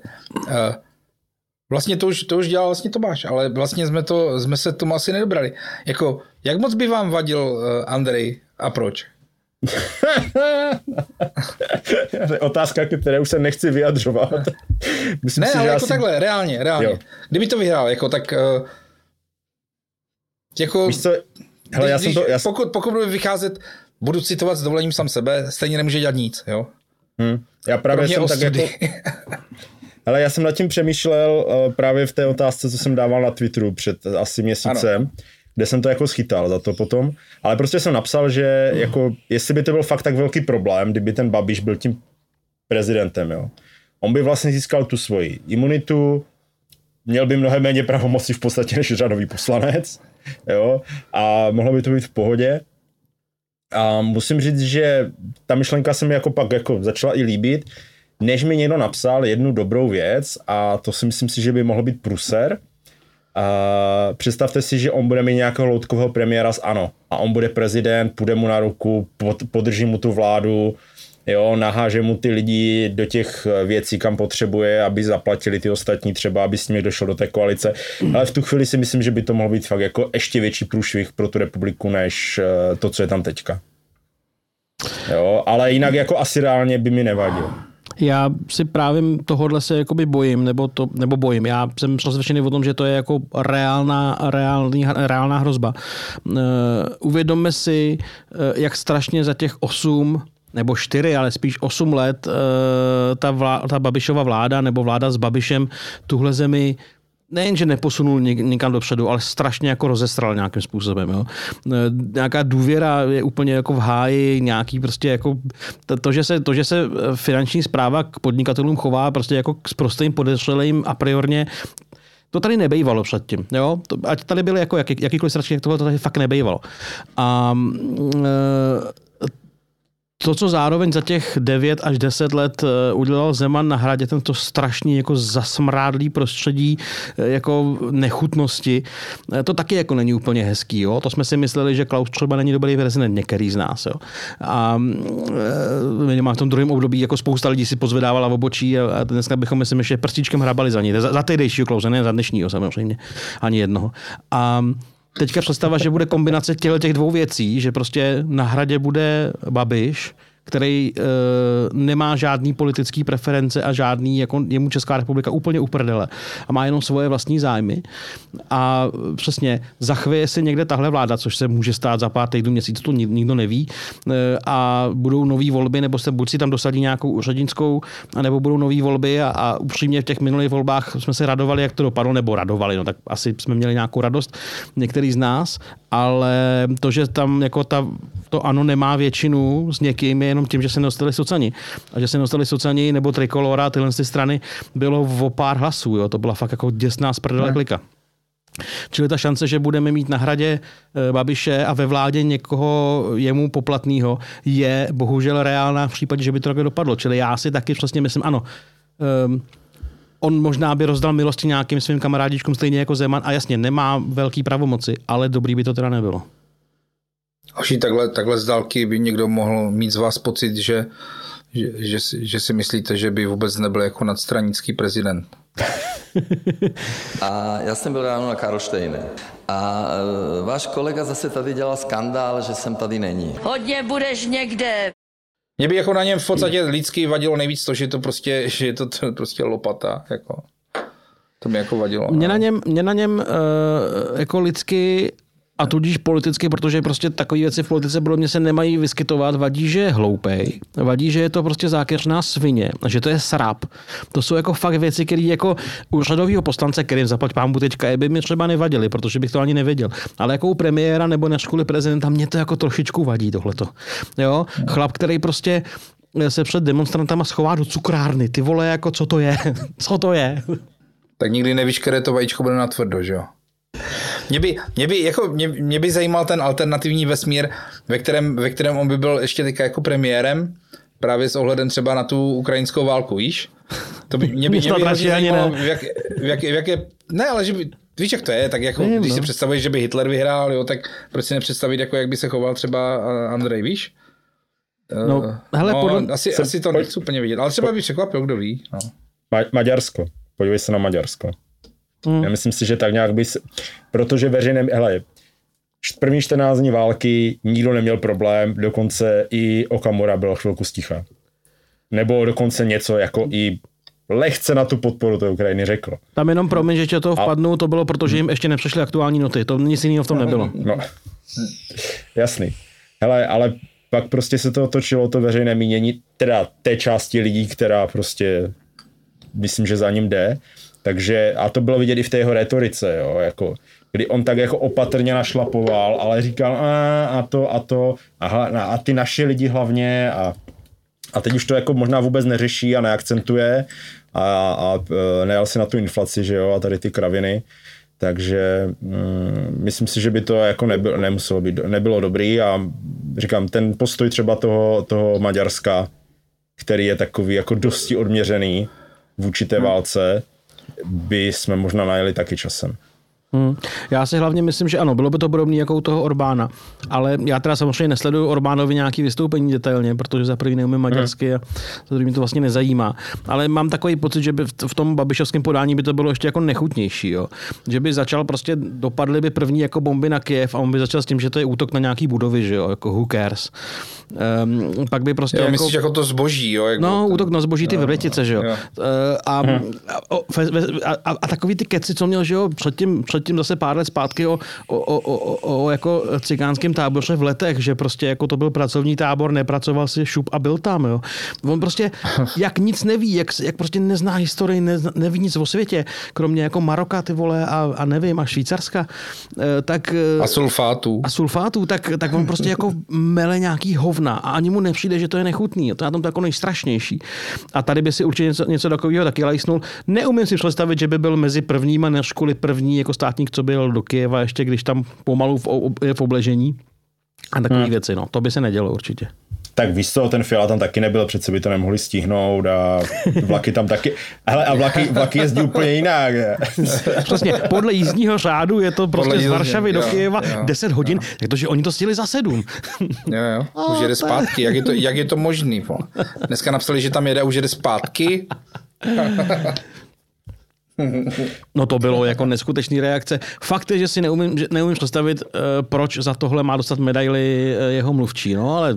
Vlastně to už, to už dělal vlastně Tomáš, ale vlastně jsme, to, jsme se tomu asi nedobrali. Jako, jak moc by vám vadil Andrej a proč? Otázka, které už se nechci vyjadřovat. Myslím ne, si, ale jako asi... takhle, reálně, reálně. Jo. Kdyby to vyhrál, jako tak... Uh, jako... Víš co? Hele, já jsem to, já... Pokud, pokud budu vycházet, budu citovat s dovolením sám sebe, stejně nemůže dělat nic, jo? Hmm. Já právě jsem ostudy. tak jako... Ale já jsem nad tím přemýšlel právě v té otázce, co jsem dával na Twitteru před asi měsícem, ano. kde jsem to jako schytal za to potom. Ale prostě jsem napsal, že jako, jestli by to byl fakt tak velký problém, kdyby ten Babiš byl tím prezidentem, jo. On by vlastně získal tu svoji imunitu, měl by mnohem méně pravomocí v podstatě než řadový poslanec, jo, a mohlo by to být v pohodě. A musím říct, že ta myšlenka se mi jako pak jako začala i líbit, než mi někdo napsal jednu dobrou věc a to si myslím si, že by mohl být pruser. A představte si, že on bude mít nějakého loutkového premiéra z ANO a on bude prezident, půjde mu na ruku, pod, podrží mu tu vládu, jo, naháže mu ty lidi do těch věcí, kam potřebuje, aby zaplatili ty ostatní třeba, aby s nimi došel do té koalice. Ale v tu chvíli si myslím, že by to mohl být fakt jako ještě větší průšvih pro tu republiku, než to, co je tam teďka. Jo, ale jinak jako asi reálně by mi nevadil. Já si právě tohodle se jakoby bojím, nebo, to, nebo bojím. Já jsem přesvědčený o tom, že to je jako reálná, reální, reálná hrozba. Uh, uvědomme si, uh, jak strašně za těch osm nebo čtyři, ale spíš osm let uh, ta, vlá, ta Babišova vláda nebo vláda s Babišem tuhle zemi nejenže neposunul nikam dopředu, ale strašně jako rozestral nějakým způsobem. Jo. Nějaká důvěra je úplně jako v háji, nějaký prostě jako to, to, že se, to, že se finanční správa k podnikatelům chová prostě jako s prostým podezřelým a priorně, to tady nebejvalo předtím. Jo? To, ať tady byly jako jaký, jakýkoliv strašky, tohle to tady fakt nebejvalo. A e, to, co zároveň za těch devět až deset let udělal Zeman na Hradě, tento strašný jako zasmrádlý prostředí jako nechutnosti, to taky jako není úplně hezký. Jo? To jsme si mysleli, že Klaus třeba není dobrý prezident, některý z nás. Jo? A minimálně v tom druhém období jako spousta lidí si pozvedávala v obočí a dneska bychom myslím ještě prstíčkem hrabali za ní. Za, za tehdejšího Klause, ne za dnešního samozřejmě, ani jednoho. A teďka představa, že bude kombinace těch dvou věcí, že prostě na Hradě bude Babiš, který e, nemá žádný politický preference a žádný, jako jemu Česká republika úplně uprdele a má jenom svoje vlastní zájmy. A přesně zachvěje si někde tahle vláda, což se může stát za pár týdnů, měsíc, to nikdo neví. E, a budou nový volby, nebo se buď si tam dosadí nějakou úřednickou, nebo budou nový volby a, a upřímně v těch minulých volbách jsme se radovali, jak to dopadlo, nebo radovali, no tak asi jsme měli nějakou radost, některý z nás, ale to, že tam jako ta, to ANO nemá většinu s někým, je jenom tím, že se nedostali socani. A že se nedostali socani nebo Trikolora, tyhle ty strany, bylo o pár hlasů. Jo. To byla fakt jako děsná z prdele klika. Čili ta šance, že budeme mít na Hradě Babiše a ve vládě někoho jemu poplatného, je bohužel reálná v případě, že by to takhle dopadlo. Čili já si taky přesně myslím, ano, um, on možná by rozdal milosti nějakým svým kamarádičkům stejně jako Zeman a jasně, nemá velký pravomoci, ale dobrý by to teda nebylo. Hoši, takhle, takhle z dálky by někdo mohl mít z vás pocit, že, že, že, že si myslíte, že by vůbec nebyl jako nadstranický prezident. A já jsem byl ráno na Karlštejně. A e, váš kolega zase tady dělal skandál, že jsem tady není. Hodně budeš někde. Mě by jako na něm v podstatě lidsky vadilo nejvíc to, že to prostě, že je to, to prostě lopata. Jako. To mi jako vadilo. Mě na něm, mě na něm uh, jako lidsky a tudíž politicky, protože prostě takové věci v politice podle mě se nemají vyskytovat, vadí, že je hloupej, vadí, že je to prostě zákeřná svině, že to je srap. To jsou jako fakt věci, které jako u řadového poslance, kterým zaplať pámbu teďka, by mi třeba nevadily, protože bych to ani nevěděl. Ale jako u premiéra nebo na škole prezidenta mě to jako trošičku vadí tohleto. Jo? Chlap, který prostě se před demonstrantama schová do cukrárny. Ty vole, jako co to je? Co to je? Tak nikdy nevíš, které to vajíčko bude natvrdo, že jo? Mě by, mě, by, jako, mě, mě by zajímal ten alternativní vesmír, ve kterém, ve kterém on by byl ještě teďka jako premiérem, právě s ohledem třeba na tu ukrajinskou válku, víš? To by, mě by, mě by zajímalo, v jak, v jak, v jak je, ne, ale že by, víš, jak to je, tak jako, ne, když no. si představuješ, že by Hitler vyhrál, jo, tak proč si nepředstavit, jako, jak by se choval třeba Andrej, víš? No, uh, hele, no podle... asi, asi to nechci úplně vidět, ale třeba by překvapil, kdo ví. No. Ma- Maďarsko, podívej se na Maďarsko. Hmm. Já myslím si, že tak nějak by se, protože veřejném, hele, první čtrnáct dní války nikdo neměl problém, dokonce i Okamura byl chvilku sticha. Nebo dokonce něco jako i lehce na tu podporu té Ukrajiny řekl. Tam jenom promiň, že tě to vpadnu, to bylo, protože jim ještě nepřišly aktuální noty, to nic jiného v tom nebylo. No, jasný. Hele, ale pak prostě se to otočilo to veřejné mínění, teda té části lidí, která prostě myslím, že za ním jde. Takže, a to bylo vidět i v té jeho retorice, jo, jako, kdy on tak jako opatrně našlapoval, ale říkal a, a to a to a, a ty naši lidi hlavně a, a teď už to jako možná vůbec neřeší a neakcentuje a, a nejel si na tu inflaci, že jo, a tady ty kraviny. Takže mm, myslím si, že by to jako nebylo, nemuselo být, nebylo dobrý a říkám, ten postoj třeba toho, toho Maďarska, který je takový jako dosti odměřený vůči té válce, by jsme možná najeli taky časem. Hmm. Já si hlavně myslím, že ano, bylo by to podobné jako u toho Orbána, ale já teda samozřejmě nesleduju Orbánovi nějaký vystoupení detailně, protože za první neumím maďarsky a za druhý mě to vlastně nezajímá. Ale mám takový pocit, že by v tom babišovském podání by to bylo ještě jako nechutnější, jo. Že by začal prostě, dopadly by první jako bomby na Kyjev a on by začal s tím, že to je útok na nějaký budovy, že jo, jako who cares. Um, pak by prostě jo, jako... myslíš jako to zboží, jo? Jak no, ten... útok na zboží, ty Vrtětice, že jo. jo. A, a, a, a, a takový ty keci, co měl, že jo, předtím, předtím zase pár let zpátky o, o, o, o, o jako cikánském táboře v Letech, že prostě jako to byl pracovní tábor, nepracoval si šup a byl tam, jo. On prostě jak nic neví, jak, jak prostě nezná historii, ne, neví nic o světě, kromě jako Maroka, ty vole, a, a nevím, a Švýcarska, tak... A sulfátů. A sulfátů, tak, tak on prostě jako mele nějaký hovna a ani mu nepřijde, že to je nechutný. To je na tom to jako nejstrašnější. A tady by si určitě něco, něco takového taky lajsnul. Neumím si představit, že by byl mezi prvníma než kvůli první jako státník, co byl do Kyjeva, ještě když tam pomalu je v obležení. A takové hmm. věci, no. To by se nedělo určitě. Tak víš co, ten Fiala tam taky nebyl, přece by to nemohli stihnout a vlaky tam taky, hele a vlaky, vlaky jezdí úplně jinak. Přesně, podle jízdního řádu je to prostě z Varšavy jo, do Kyjeva jo, deset hodin, jo. Tak to, že oni to stihli za sedm. Jo, jo, už jede zpátky, jak je to, jak je to možný? Po? Dneska napsali, že tam jede a už jede zpátky. No to bylo jako neskutečný reakce. Fakt je, že si neumím, že neumím představit, proč za tohle má dostat medaili jeho mluvčí, no ale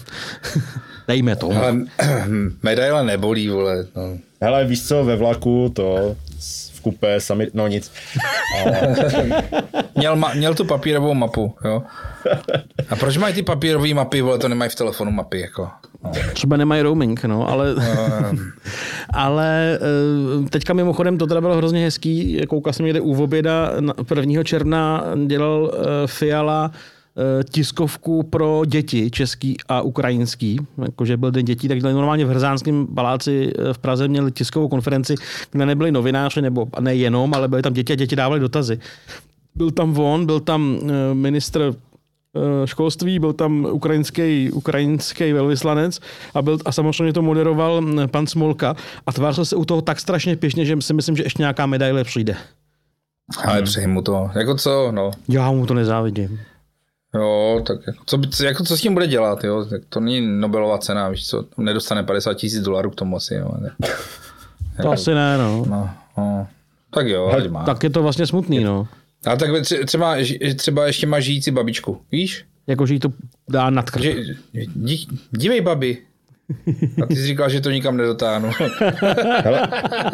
dejme to. Ale medaile nebolí, vole. No. Hele, víš co, ve vlaku to v kupé sami, no nic. Ale... měl, ma, měl tu papírovou mapu, jo. A proč mají ty papírové mapy, vole, to nemají v telefonu mapy, jako. No. Třeba nemají roaming, no, ale, ale teďka mimochodem to teda bylo hrozně hezký, koukal jsem někde u oběda, prvního června dělal Fiala tiskovku pro děti český a ukrajinský, jakože byl den dětí, tak normálně v Hrzánském paláci v Praze měli tiskovou konferenci, kde nebyli novináři, nebo nejenom, ale byli tam děti a děti dávali dotazy. Byl tam on, byl tam ministr školství, byl tam ukrajinský, ukrajinský velvyslanec a, byl, a samozřejmě to moderoval pan Smolka a tvářil se u toho tak strašně pěšně, že si myslím, že ještě nějaká medaile přijde. Ale přeji mu to. Jako co, no. Já mu to nezávidím. Jo, tak jako co, jako co s tím bude dělat, jo? Tak to není Nobelova cena, víš co, nedostane padesát tisíc dolarů k tomu asi, jo. To jako, asi ne, no. no, no. Tak jo, He, tak je to vlastně smutný, no. A tak třeba, třeba ještě má žijící babičku, víš? Jako, že jí to dá nad krk. Dí, dívej, babi. A ty jsi říkal, že to nikam nedotáhnu. Hele,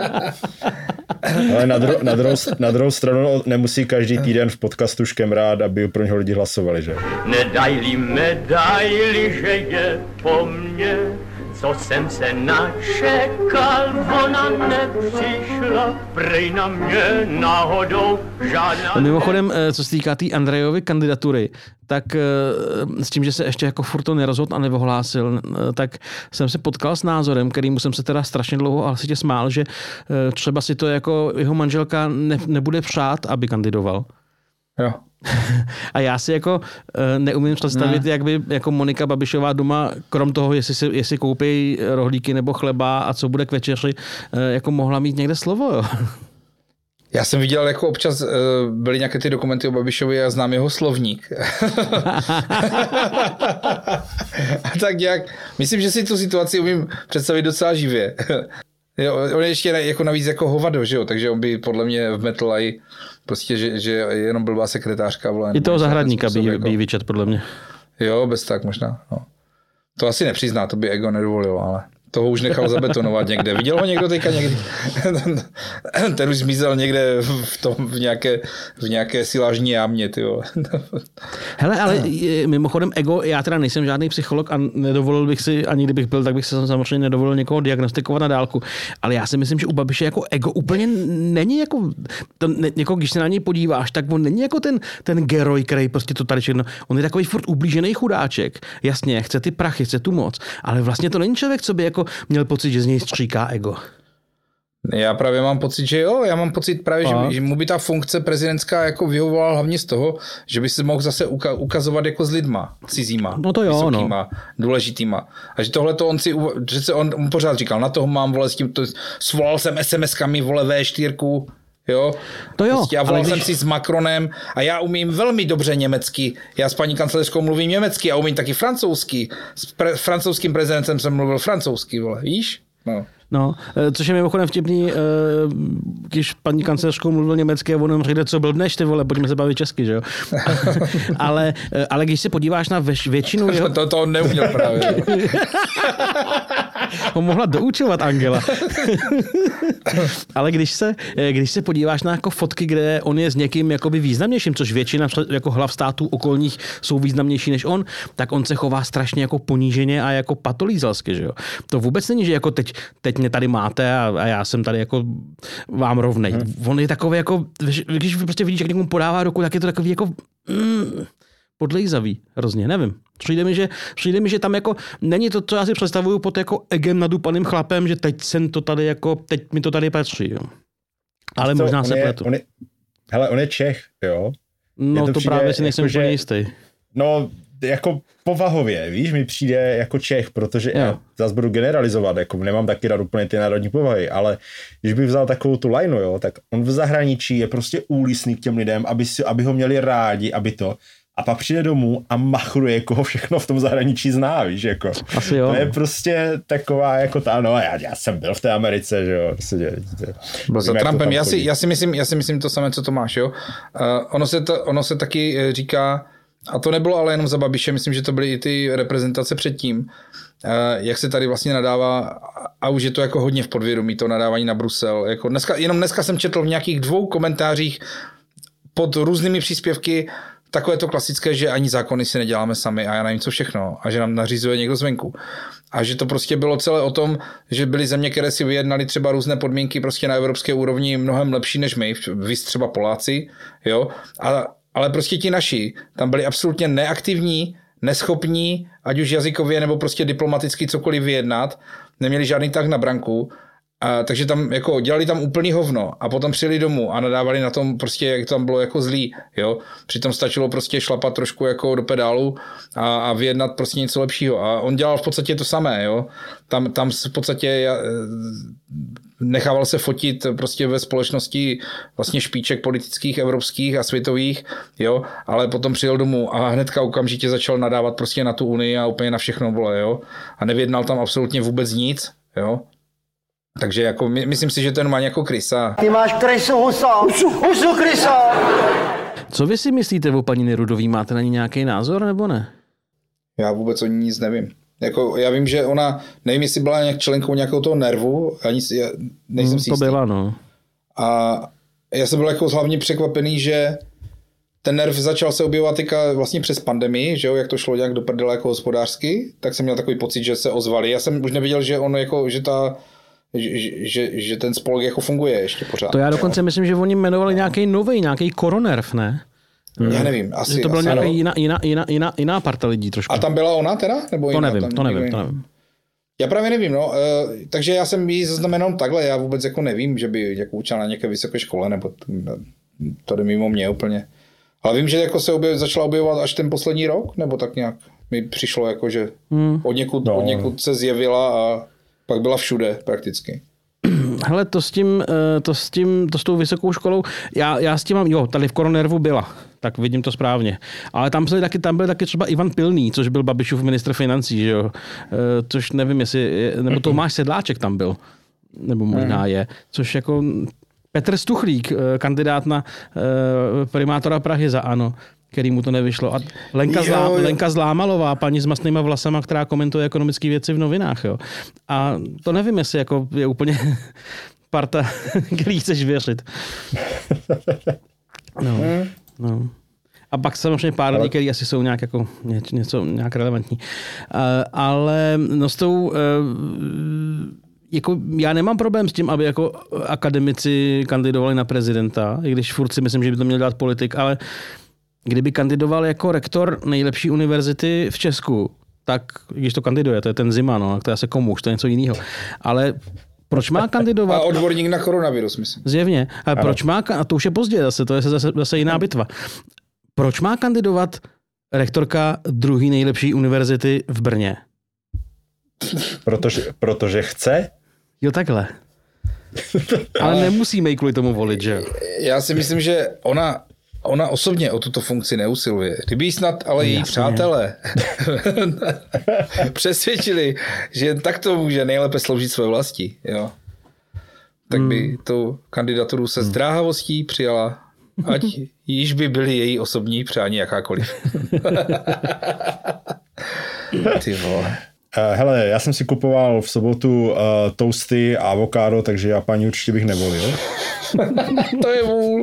ale na, dru, na, druhou, na druhou stranu nemusí každý týden v podcastu Škemrád, aby pro něho lidi hlasovali, že? Nedajli medaili, že je po mně, co jsem se načekal, ona nepřišla, prej na mě náhodou žádná... Mimochodem, co se týká té tý Andrejovy kandidatury, tak s tím, že se ještě jako furt to nerozhodl a nevohlásil, tak jsem se potkal s názorem, kterýmu jsem se teda strašně dlouho ale si tě smál, že třeba si to jako jeho manželka ne, nebude přát, aby kandidoval. Jo. A já si jako neumím představit, ne. jak by jako Monika Babišová doma, krom toho, jestli, si, jestli koupí rohlíky nebo chleba a co bude k večeři, jako mohla mít někde slovo, jo. Já jsem viděl, jako občas byly nějaké ty dokumenty o Babišovi a znám jeho slovník. A tak nějak, myslím, že si tu situaci umím představit docela živě. Jo, on je ještě jako navíc jako hovado, že jo, takže on by podle mě vmetl i prostě, že, že jenom blbá sekretářka. Vole, i toho zahradníka by, jako... by vyčet, podle mě. Jo, bez tak možná. No. To asi nepřizná, to by ego nedovolilo, ale Toho už nechal zabetonovat někde. Viděl ho někdo teďka někdy? Ten už zmizel někde v, tom, v, nějaké, v nějaké silážní jámě. Tyjo. Hele, ale mimochodem ego, já teda nejsem žádný psycholog a nedovolil bych si, ani kdybych byl, tak bych se samozřejmě nedovolil někoho diagnostikovat na dálku. Ale já si myslím, že u Babiše jako ego úplně není jako, to, ne, jako když se na něj podíváš, tak on není jako ten, ten geroj, který prostě to tady všechno. On je takový furt ublížený chudáček. Jasně, chce ty prachy, chce tu moc, ale vlastně to není člověk, co by jako měl pocit, že z něj stříká ego. Já právě mám pocit, že jo, já mám pocit právě, že, že mu by ta funkce prezidentská jako vyhovovala hlavně z toho, že by se mohl zase uka- ukazovat jako s lidma, cizíma, no to jo, vysokýma, no. důležitýma. A že tohle to on si, že se on, on pořád říkal, na toho mám, vole, s tím, to, svolal jsem SMSkami, vole, vé čtyři, jo. To jo, prostě já volal když... jsem si s Macronem a já umím velmi dobře německy. Já s paní kancléřkou mluvím německy a umím taky francouzsky. S pre- francouzským prezidentem jsem mluvil francouzsky, vole, víš? No. No, což je mimochodem vtipný, když paní kancléřkou mluvil německy a on nám řekne, co blbneš, ty vole, pojďme se bavit česky, že jo? ale, ale když se podíváš na veš, většinu... Jeho... to, to on neuměl právě. Ho mohla doučovat Angela. Ale když se, když se podíváš na jako fotky, kde on je s někým jakoby významnějším, což většina jako hlav států okolních jsou významnější než on, tak on se chová strašně jako poníženě a jako patolízalsky, že jo? To vůbec není, že jako teď, teď mě tady máte a, a já jsem tady jako vám rovnej. Hmm. On je takový jako, když prostě vidíš, jak někomu podává ruku, tak je to takový jako mm, podlejzavý hrozně, nevím. Přijde mi, že, přijde mi, že tam jako není to, co já si představuju pod jako egem nadupaným chlapem, že teď jsem to tady jako, teď mi to tady patří, jo. Ale to, možná se je, pletu. On je, hele, on je Čech, jo. No to, to přijde, právě si nejsem jako, úplně že, jistý. No, jako povahově, víš, mi přijde jako Čech, protože jo. Já zase budu generalizovat, jako nemám taky rád úplně ty národní povahy, ale když bych vzal takovou tu lineu, jo, tak on v zahraničí je prostě úlisný k těm lidem, aby, si, aby ho měli rádi, aby to, a pak přijde domů a machruje, koho všechno v tom zahraničí zná, víš, jako. Asi jo. To je prostě taková, jako ta, no, já, já jsem byl v té Americe, že jo. Prostě, byl za Trumpem, já si, já, si myslím, já si myslím to samé, co to máš, jo. Uh, ono, se to, ono se taky říká, a to nebylo ale jenom za Babiše, myslím, že to byly i ty reprezentace předtím, jak se tady vlastně nadává, a už je to jako hodně v podvědomí, to nadávání na Brusel. Jako dneska, jenom dneska jsem četl v nějakých dvou komentářích pod různými příspěvky takové to klasické, že ani zákony si neděláme sami a já nevím co všechno a že nám nařizuje někdo zvenku. A že to prostě bylo celé o tom, že byly země, které si vyjednali třeba různé podmínky prostě na evropské úrovni mnohem lepší než my, vy třeba Poláci, jo, a ale prostě ti naši tam byli absolutně neaktivní, neschopní, ať už jazykově nebo prostě diplomaticky cokoliv vyjednat, neměli žádný tah na branku, a, takže tam jako dělali tam úplný hovno a potom přijeli domů a nadávali na tom prostě, jak to tam bylo jako zlý, jo. Přitom stačilo prostě šlapat trošku jako do pedálu a, a vyjednat prostě něco lepšího a on dělal v podstatě to samé, jo. Tam, tam v podstatě nechával se fotit prostě ve společnosti vlastně špiček politických, evropských a světových, jo, ale potom přijel domů a hnedka okamžitě začal nadávat prostě na tu Unii a úplně na všechno, vole, jo. A nevyjednal tam absolutně vůbec nic, jo. Takže jako my, myslím si, že ten má nějakou krysa. Ty máš krysu, huso, husu, husu kryso. Co vy si myslíte o paní Nerudový? Máte na ní nějaký názor nebo ne? Já vůbec o ní nic nevím. Jako, já vím, že ona, nevím, jestli byla nějak členkou nějakého toho nervu, ani si, nejsem hmm, si to jistý. byla, no. A já jsem byl jako hlavně překvapený, že ten nerv začal se objevovat teďka vlastně přes pandemii, že jo, jak to šlo nějak do prdele jako hospodářsky, tak jsem měl takový pocit, že se ozvali. Já jsem už nevěděl, že ono jako, že ta Že, že, že ten spolek jako funguje ještě pořád. To já dokonce jo. myslím, že oni jmenovali nějaký nový, nějaký koronerv, ne? Já nevím, asi. Že to byla asi nějaká no. jiná, jiná, jiná, jiná, jiná parta lidí trošku. A tam byla ona teda? Nebo to jiná, nevím, tam to nevím, jiný? to nevím. Já právě nevím, no. E, takže já jsem ji zaznamenal takhle, já vůbec jako nevím, že by jako učila na nějaké vysoké škole, nebo to jde mimo mě úplně. Ale vím, že jako se objev, začala objevovat až ten poslední rok, nebo tak nějak mi přišlo jako, že hmm. od, někud, no. od někud se zjevila a pak byla všude prakticky. Hele, to s tím, to s tím, to s tou vysokou školou, já, já s tím mám, jo, tady v Koronervu byla, tak vidím to správně. Ale tam byly taky, tam byl taky třeba Ivan Pilný, což byl Babišův ministr financí, že jo. Což nevím, jestli, nebo Tomáš Sedláček tam byl, nebo možná je, což jako Petr Stuchlík, kandidát na primátora Prahy za ANO, který mu to nevyšlo. A Lenka, Zlá, Lenka Zlámalová, paní s masnýma vlasama, která komentuje ekonomické věci v novinách. Jo. A to nevím, jestli jako je úplně parta, který chceš věřit. No, no. A pak samozřejmě pár lidí, kteří asi jsou nějak, jako, něco, nějak relevantní. Uh, ale no s tou... Uh, jako já nemám problém s tím, aby jako akademici kandidovali na prezidenta, i když furt si myslím, že by to měl dělat politik, ale kdyby kandidoval jako rektor nejlepší univerzity v Česku, tak když to kandiduje, to je ten Zima, no, to je asi komuž, to je něco jiného. Ale proč má kandidovat? A odborník na koronavirus, myslím. Zjevně. Ale proč má, a to už je pozdě zase, to je zase, zase jiná bitva. Proč má kandidovat rektorka druhé nejlepší univerzity v Brně? Protože, protože chce? Jo, takhle. Ale nemusíme jí kvůli tomu volit, že? Já si myslím, že ona, ona osobně o tuto funkci neusiluje. Kdyby jí snad ale její přátelé přesvědčili, že takto může nejlépe sloužit své vlasti, jo, tak by hmm. tu kandidaturu se zdráhavostí přijala, ať již by byly její osobní přání jakákoliv. Ty vole. Uh, hele, já jsem si kupoval v sobotu uh, toasty a avokádo, takže já paní určitě bych nevolil. To je vůl.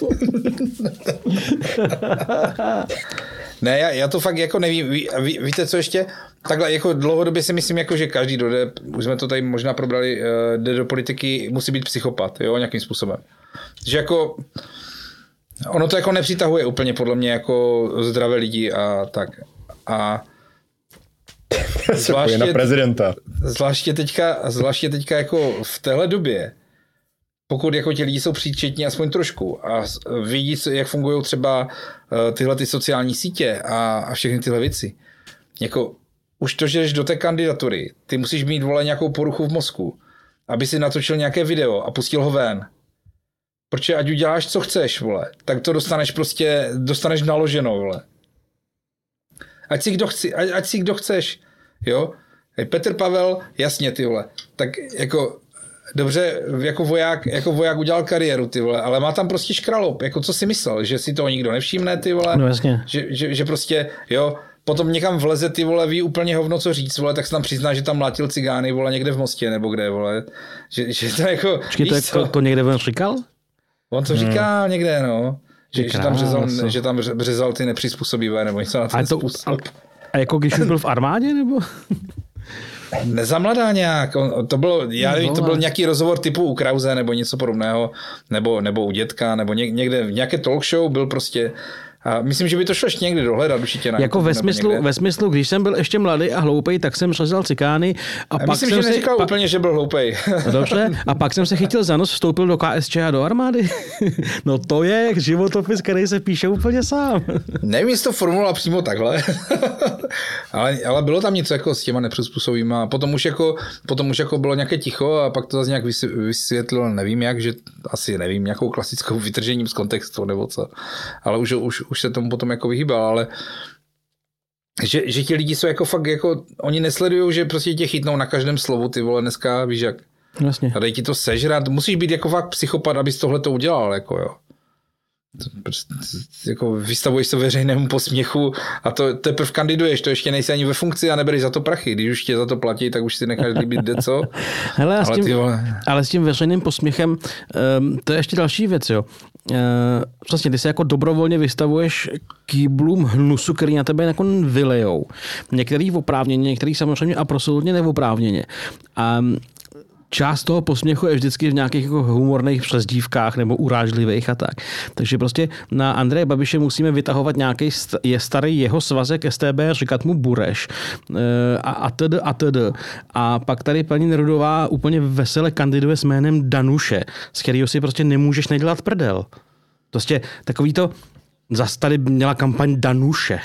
Ne, já, já to fakt jako nevím. Ví, ví, víte, co ještě? Takhle jako dlouhodobě si myslím, jako, že každý, kdo jde, už jsme to tady možná probrali, uh, jde do politiky, musí být psychopat, jo, nějakým způsobem. Že jako ono to jako nepřitahuje úplně podle mě jako zdravé lidi a tak. A zvláště, na prezidenta. Zvláště teďka, zvláště teďka jako v téhle době, pokud jako ti lidi jsou příčetní aspoň trošku a vidí, jak fungují třeba tyhle ty sociální sítě a, a všechny tyhle věci. Jako už to, že jdeš do té kandidatury, ty musíš mít, vole, nějakou poruchu v mozku, aby si natočil nějaké video a pustil ho ven. Protože ať uděláš, co chceš, vole, tak to dostaneš prostě, dostaneš naloženo, vole. Ať si kdo, chci, ať, ať si kdo chceš, jo. Petr Pavel, jasně, ty vole. Tak jako, dobře, jako voják, jako voják udělal kariéru, ty vole, ale má tam prostě škralop. Jako co si myslel, že si toho nikdo nevšimne, ty vole. No jasně. Že, že, že prostě, jo, potom někam vleze, ty vole, ví úplně hovno, co říct, vole, tak se tam přizná, že tam mlátil cigány, vole, někde v Mostě, nebo kde, vole. Že, že to jako, Počkej, to, to, to někde on říkal? On to říká hmm. někde, no. Že, že, tam březal, že tam březal ty nepřizpůsobivé, nebo něco na ten to, způsob. A jako když už byl v armádě, nebo? Nezamladá nějak. On, to bylo, já nevím, to byl nějaký rozhovor typu u Krause, nebo něco podobného, nebo, nebo u Dětka, nebo někde v nějaké talk show byl prostě. A myslím, že by to šlo ještě někdy dohledat, určitě. Jako ve smyslu, ve smyslu, když jsem byl ještě mladý a hloupej, tak jsem řezal cikány. A, a pak myslím, jsem že neříkal si, úplně, pa... že byl hloupej. Dobře, a pak jsem se chytil za nos, vstoupil do K S Č a do armády. No to je životopis, který se píše úplně sám. Nevím, jestli to formuloval přímo takhle, ale, ale bylo tam něco jako s těma nepřizpůsobými. A potom už jako, potom už jako bylo nějaké ticho a pak to zase nějak vysvětlil, nevím jak, že asi nevím, nějakou klasickou vytržením z kontextu nebo co. Ale už, už, už se tomu potom jako vyhýbal, ale že, že ti lidi jsou jako fakt jako, oni nesledujou, že prostě tě chytnou na každém slovu, ty vole, dneska, víš jak. Jasně. A dej ti to sežrat, musíš být jako fakt psychopat, abys tohle to udělal, jako jo. Jako vystavuješ se veřejnému posměchu a to teprve kandiduješ, to ještě nejsi ani ve funkci a nebereš za to prachy. Když už tě za to platí, tak už si necháš líbit jde co. Hele, ale, s tím, ale s tím veřejným posměchem um, to je ještě další věc, jo. Uh, vlastně ty se jako dobrovolně vystavuješ kýblům hnusu, který na tebe jako vylejou. Některý oprávněně, některý samozřejmě absolutně neoprávněně. A část toho posměchu je vždycky v nějakých jako humorných přezdívkách nebo urážlivých a tak. Takže prostě na Andreje Babiše musíme vytahovat nějaký je starý jeho svazek S T B, říkat mu Bureš a, a td. a td. A pak tady paní Nerudová úplně vesele kandiduje s jménem Danuše, z kterého si prostě nemůžeš nedělat prdel. Prostě takový to, zas tady měla kampaň Danuše.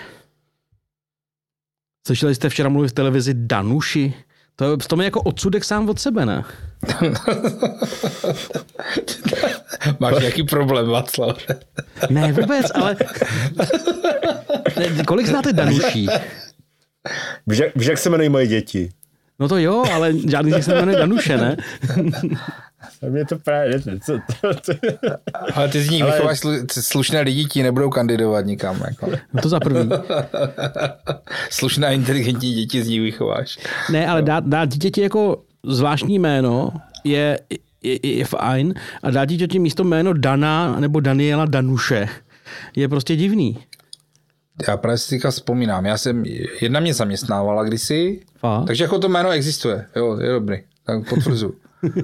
Slyšeli jste včera mluvit v televizi Danuši? To, to je jako odsudek sám od sebe, ne? Máš nějaký problém, Václav? Ne, vůbec, ale... Kolik znáte Danuší? Víš, jak se jmenují moje děti? No to jo, ale žádný z nich se jmenuje Danuše, ne? Mě to právě... Co, to, to... Ale ty z nich ale... vychováš slu, slušné lidi, ti nebudou kandidovat nikam. Jako. No to za první. Slušné a inteligentní děti z nich vychováš. Ne, ale dát, dát dítěti jako zvláštní jméno je, je, je fajn a dát dítěti místo jméno Dana nebo Daniela Danuše je prostě divný. Já právě si teďka vzpomínám. Já jsem, jedna mě zaměstnávala kdysi, Fá? takže jako to jméno existuje. Jo, je dobrý. Tak potvrzuji.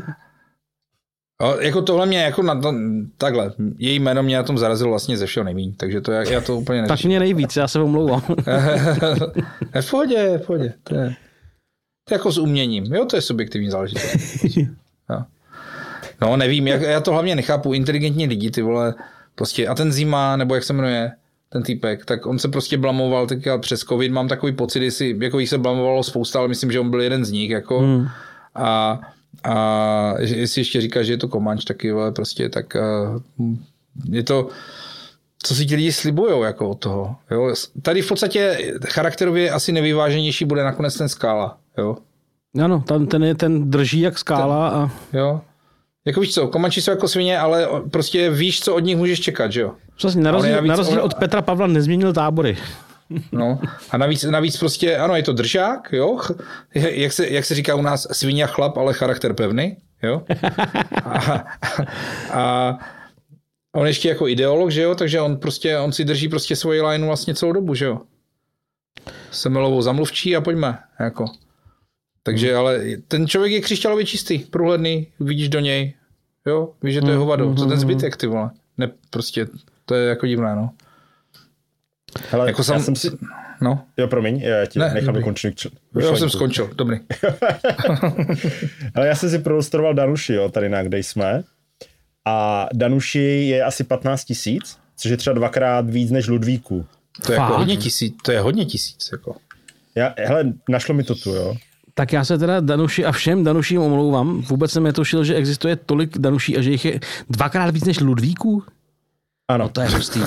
Jako tohle mě, jako na to, takhle, její jméno mě na tom zarazilo vlastně ze všeho nejméně, takže to já, já to úplně neřeším. Tak mě nejvíc, já se omlouvám. v pohodě, v pohodě. To je, to je jako s uměním, jo, to je subjektivní záležitost. Jo. No, nevím, jak, já to hlavně nechápu, inteligentní lidi, ty vole, prostě, a ten Zima, nebo jak se jmenuje, ten týpek, tak on se prostě blamoval teďka přes covid, mám takový pocit, jestli, jako jich se blamovalo spousta, ale myslím, že on byl jeden z nich, jako, hmm. a A jestli ještě říká, že je to Komanč taky, ale prostě tak uh, je to, co si ti lidi slibujou jako od toho. Jo? Tady v podstatě charakterově asi nevyváženější bude nakonec ten Skála. Jo? Ano, ten, ten, je, ten drží jak Skála. A... Jo. Jako víš co, Komanči jsou jako svině, ale prostě víš, co od nich můžeš čekat, že jo? Přesně, na rozdíl, na rozdíl od Petra Pavla nezměnil tábory. No, a navíc, navíc prostě, ano, je to držák, jo, jak se, jak se říká u nás, svině chlap, ale charakter pevný, jo. A, a on ještě jako ideolog, že jo, takže on prostě, on si drží prostě svoji lineu vlastně celou dobu, že jo. Semelovou zamluvčí a pojďme, jako. Takže, ale ten člověk je křišťálově čistý, průhledný, vidíš do něj, jo, víš, že to je hovado, co ten zbytek, ty vole, ne, prostě, to je jako divné, no. Hele, jako sam... já jsem si... No. Jo, promiň, já ti ne, nechám dokončit. Já jsem skončil, dobrý. Ale já jsem si prolustroval Danuši, jo, tady na kde jsme. A Danuši je asi patnáct tisíc, což je třeba dvakrát víc než Ludvíku. To je jako hodně tisíc, to je hodně tisíc, jako. Já, hele, našlo mi to tu, jo. Tak já se teda Danuši a všem Danuším omlouvám. Vůbec jsem netušil, že existuje tolik Danuší a že jich je dvakrát víc než Ludvíků. Ano. No to je hustý.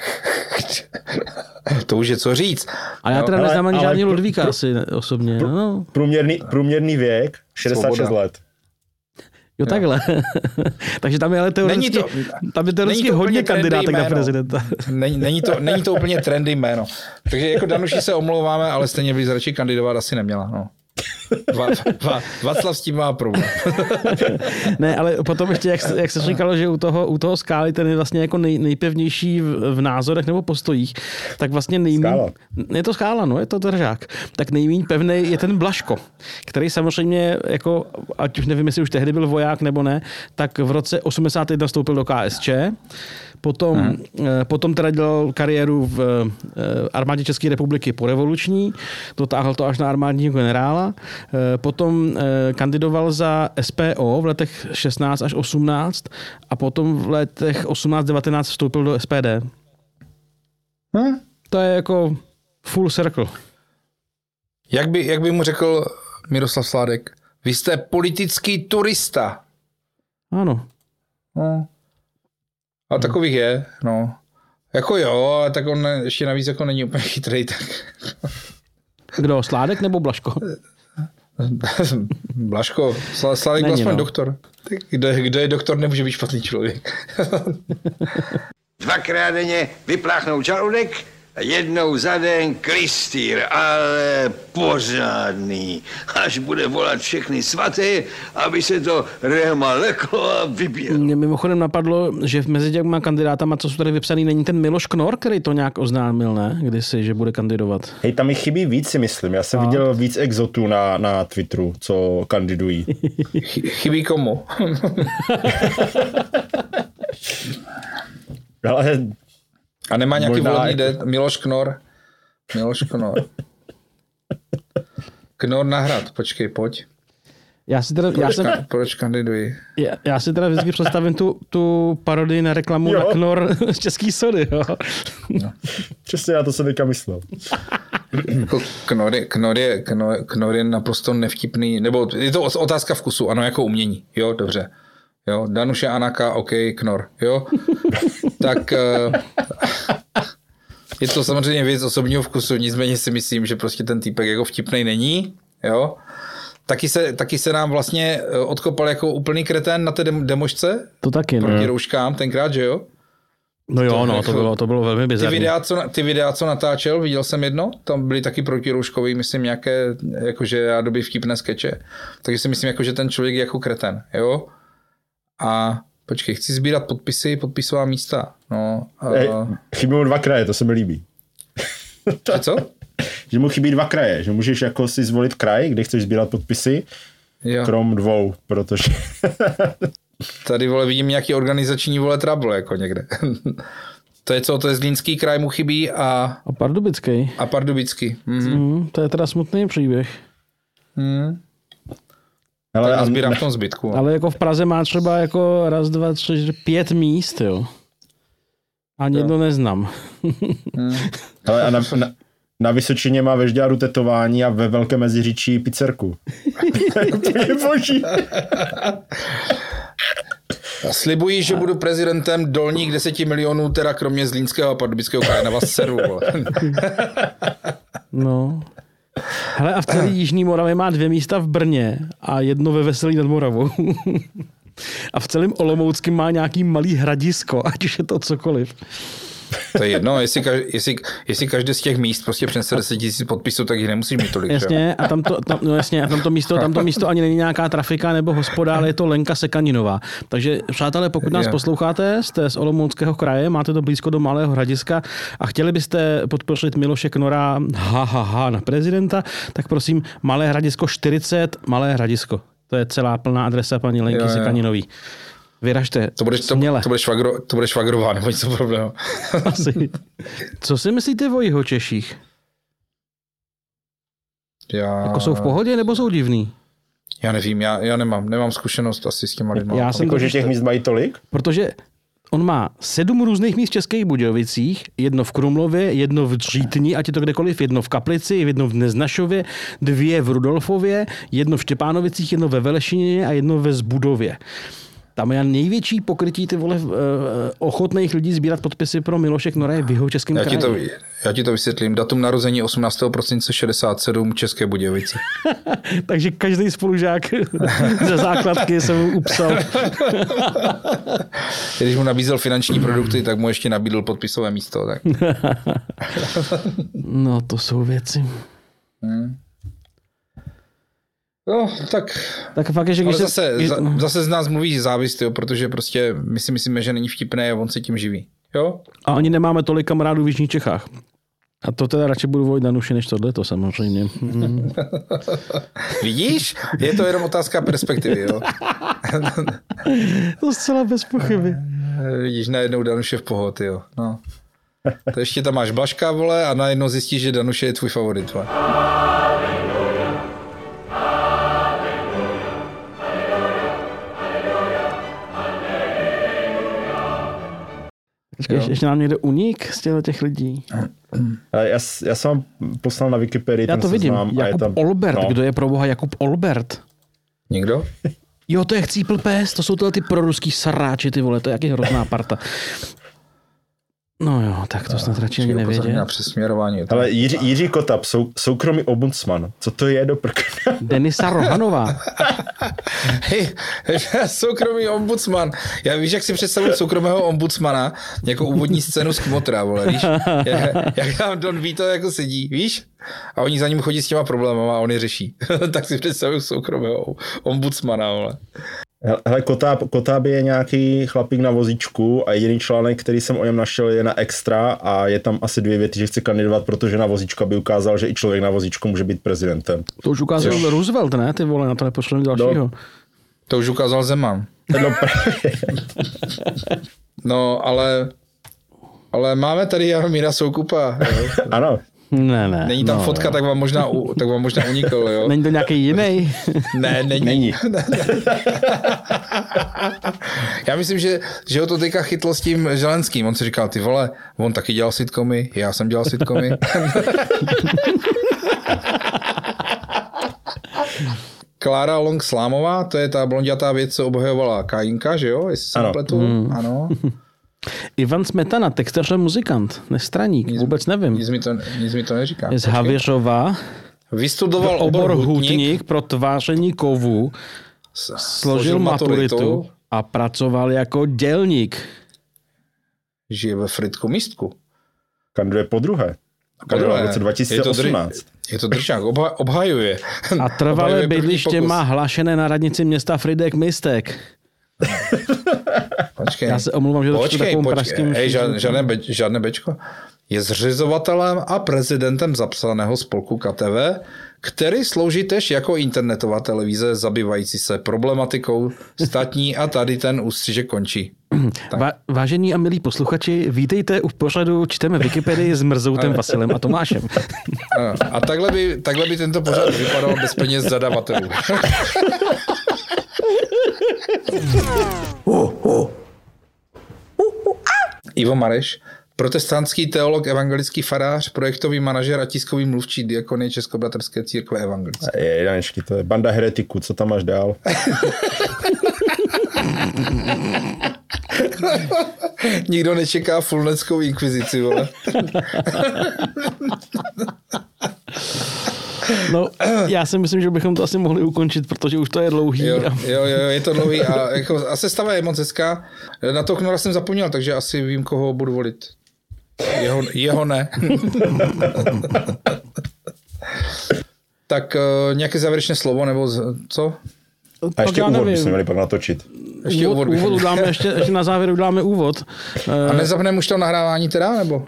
To už je co říct. A já teda no, neznám ani žádný pr- Ludvíka pr- asi osobně. Pr- no. průměrný, průměrný věk šedesát šest let. Jo, takhle. Takže tam je ale teoreticky, to, tam je teoreticky hodně kandidátek na prezidenta. Není, není, to, není to úplně trendy jméno. Takže jako Danuši se omlouváme, ale stejně bys radši kandidovat asi neměla. No. Va, va, Václav s tím má problém. Ne, ale potom ještě, jak, jak se říkalo, že u toho, u toho Skály ten je vlastně jako nej, nejpevnější v, v názorech nebo postojích, tak vlastně nejmíň... Je to Skála, no, je to držák. Tak nejmíň pevný je ten Blažko, který samozřejmě, jako, ať už nevím, jestli už tehdy byl voják nebo ne, tak v roce osmdesát jedna vstoupil do K S Č. Potom, hmm. potom teda dělal kariéru v armádě České republiky porevoluční, dotáhl to až na armádního generála. Potom kandidoval za S P O v letech šestnáct až osmnáct a potom v letech osmnáct devatenáct vstoupil do S P D. Hmm. To je jako full circle. Jak by, jak by mu řekl Miroslav Sládek, vy jste politický turista. Ano. No. A takových je, no. Jako jo, tak on ještě navíc jako není úplně chytrý, tak... Kdo, Sládek nebo Blažko? Blažko, Sládek byl aspoň no. doktor. Kdo, kdo je doktor, nemůže být špatný člověk. Dvakrát denně vypláchnout žaludek, jednou za den klystýr, ale pořádný. Až bude volat všechny svaté, aby se to rehma leklo a vybělo. Mě mimochodem napadlo, že mezi těma kandidátama, co jsou tady vypsaný, není ten Miloš Knor, který to nějak oznámil, ne? Kdysi, že bude kandidovat. Hej, tam mi chybí víc, si myslím. Já jsem a. viděl víc exotů na, na Twitteru, co kandidují. Chybí komu? Ale... A nemá nějaký Možná volební det? Miloš Knor. Miloš Knor. Knor na hrad. Počkej, pojď. Já si teda, proč, já jsem, ka, proč kandiduji? Já, já si teda vždycky představím tu, tu parodii na reklamu jo. na Knor z Český sody. Jo. No. Přesně, já to jsem teďka myslel. Knor je, knor, je, knor, knor je naprosto nevtipný, nebo je to otázka vkusu, ano, jako umění. Jo, dobře. Jo, Danuše, Anaka, OK, Knor, jo. Tak je to samozřejmě věc osobního vkusu, nicméně si myslím, že prostě ten týpek jako vtipnej není, jo. taky se, taky se nám vlastně odkopal jako úplný kretén na té demošce. To taky, proti rouškám tenkrát, že jo? No jo, no, to bylo, to bylo velmi bizarní. Ty videa, co, ty videa, co natáčel, viděl jsem jedno, tam byly taky protirouškový, myslím, nějaké, jakože já doby vtipné skeče. Takže si myslím, jako, že ten člověk je jako kreten, jo? A počkej, chci sbírat podpisy, podpisová místa. No, a... Ej, chybí mu dva kraje, to se mi líbí. Že co? Že mu chybí dva kraje, že můžeš jako si zvolit kraj, kde chceš sbírat podpisy, jo. Krom dvou, protože... Tady, vole, vidím nějaký organizační, vole, trouble, jako někde. To je co, to je Zlínský kraj mu chybí a... A Pardubický. A Pardubický. Mhm. Mm, to je teda smutný příběh. Mhm. Ale já sbírám v tom zbytku. Ale jako v Praze má třeba jako raz, dva, tři, pět míst, jo. Ani jedno neznám. Hmm. Ale a na, na, na Vysočině má ve Žďáru tetování a ve Velké Meziříčí pizzerku. To je boží. Slibuji, že budu prezidentem dolních deseti milionů, teda kromě Zlínského a Pardubického kraje, na vás seru. No. Hele, a v celé Jižní Moravě má dvě místa v Brně a jedno ve Veselí nad Moravou. A v celém Olomouckém má nějaký malý hradisko, ať už je to cokoliv. To je jedno, jestli, každý, jestli, jestli každé z těch míst prostě přinese deset tisíc podpisů, tak jich nemusíš mít tolik. Jasně, a tam to, tam, no jasně, a tam to místo, tam to místo ani není nějaká trafika nebo hospoda, ale je to Lenka Sekaninová. Takže přátelé, pokud nás je. posloucháte, jste z Olomouckého kraje, máte to blízko do Malého Hradiska a chtěli byste podpořit Miloše Knora ha, ha, ha, na prezidenta, tak prosím, Malé Hradisko čtyřicet, Malé Hradisko. To je celá plná adresa paní Lenky jo, jo. Sekaninové. Vyražte. To budeš, to, to budeš, švagro, to budeš švagrová, nebo něco problém. Asi. Co si myslíte o Jihočeších? Já... Jako jsou v pohodě, nebo jsou divný? Já nevím, já, já nemám, nemám zkušenost asi s těma lidma. Já jsem jako, že těch míst mají tolik? Protože on má sedm různých míst v Českých Budějovicích, jedno v Krumlově, jedno v Dřítni, ať je to kdekoliv, jedno v Kaplici, jedno v Neznašově, dvě v Rudolfově, jedno v Štěpánovicích, jedno ve Velešině a jedno ve Zbudově. Tam je největší pokrytí ty vole ochotných lidí sbírat podpisy pro Miloše Knora je v Jihočeském kraji. Já ti, to, já ti to vysvětlím. Datum narození osmnáctého prosince šedesát sedm České Budějovice. Takže každý spolužák ze základky se mu upsal. Když mu nabízel finanční produkty, tak mu ještě nabídl podpisové místo. Tak. No, to jsou věci. Hmm. No, tak... Tak fakt je, že když ale zase, se... za, zase z nás mluví závist, jo, protože prostě my si myslíme, že není vtipné a on se tím živí. Jo? A ani nemáme tolik kamarádů v Jižních Čechách. A to teda radši budu volit Danuši než tohleto samozřejmě. Mm. Vidíš? Je to jenom otázka perspektivy, jo? To zcela bez pochyby. Vidíš, najednou Danuše v pohod, jo. No. To ještě tam máš Blažka, vole, a najednou zjistíš, že Danuše je tvůj favorit, vole. Počkej, ještě nám někde unik z těch lidí. Já, já jsem vám poslal na Wikipedii. Já to vidím. Seznam, Jakub tam... Olbert. No. Kdo je pro boha Jakub Olbert? Někdo? Jo, to je Chcípl pes. To jsou tyhle ty proruský saráči, ty vole. To je jaký hrozná parta. No jo, tak to snad radši ani nevědět. Na přesměrování. Ale Jiří, Jiří Kotap, sou, soukromý ombudsman. Co to je do prkna? Denisa Rohanová. Hej, soukromý ombudsman. Já víš, jak si představuji soukromého ombudsmana jako úvodní scénu z Kmotra, vole, víš? Jak, jak tam Don Vito jako sedí, víš? A oni za ním chodí s těma problémama a on je řeší. Tak si představuji soukromého ombudsmana, vole. Hele, Kotáb, Kotáb je nějaký chlapík na vozíčku a jediný článek, který jsem o něm našel, je na Extra a je tam asi dvě věty, že chce kandidovat, protože na vozíčku by ukázal, že i člověk na vozíčku může být prezidentem. To už ukázal Což... Roosevelt, ne? Ty vole, na to nepošleme dalšího. No. To už ukázal Zeman. No právě. No, ale, ale máme tady Jaromíra Soukupa. Jo? Ano. Ne, ne. Není tam no, fotka, jo. tak vám možná, tak vám možná unikl, jo? Není to nějaký jiný? Ne, není. Není. Já myslím, že, že ho to teďka chytlo s tím Želenským. On si říkal, ty vole, on taky dělal sitcomy, já jsem dělal sitcomy. Klára Long Slámová, to je ta blondětá věc, co obhajovala Kajinka, že jo? Jestli se nepletu. Mm. Ano. Ivan Smetana, textař a muzikant, nestraník, nic, vůbec nevím. Nic mi to, nic mi to neříká. Je z Havěřova. Vystudoval obor hutník pro tváření kovů, složil maturitu a pracoval jako dělník. Žije ve Frýdku místku. Kandiduje po druhé. Kandiduje v roce dva tisíce osmnáct. Je to držák, obha- obhajuje. A trvalé bydliště má hlašené na radnici města Frýdek Místek. Počkej. Já se omluvám, že to počkej, takovým počkej. pražským... Hej, žádné, žádné, beč, žádné bečko. Je zřizovatelem a prezidentem zapsaného spolku K T V, který slouží tež jako internetová televize zabývající se problematikou státní a tady ten ústřižek končí. Va- vážení a milí posluchači, vítejte u pořadu Čteme Wikipedii s Mrzoutem Vasilem a Tomášem. A takhle by, takhle by tento pořad vypadal bez peněz zadavatelů. Ivo Mareš, protestantský teolog, evangelický farář, projektový manažer a tiskový mluvčí diakonie Českobratrské církve evangelické. Je, Janečky, to je banda heretiků, co tam máš dál? Nikdo nečeká fulneckou inkvizici, vole. No, já si myslím, že bychom to asi mohli ukončit, protože už to je dlouhý. Jo, jo, jo je to dlouhý a, jako, a sestava je moc hezká. Na to Knora jsem zapomněl, takže asi vím, koho budu volit. Jeho, jeho ne. Tak uh, nějaké závěrečné slovo, nebo z, co? A ještě úvod bychom měli pak natočit. Ještě úvod, úvod udáme, ještě, ještě na závěr udáme úvod. A nezapneme už to nahrávání teda, nebo?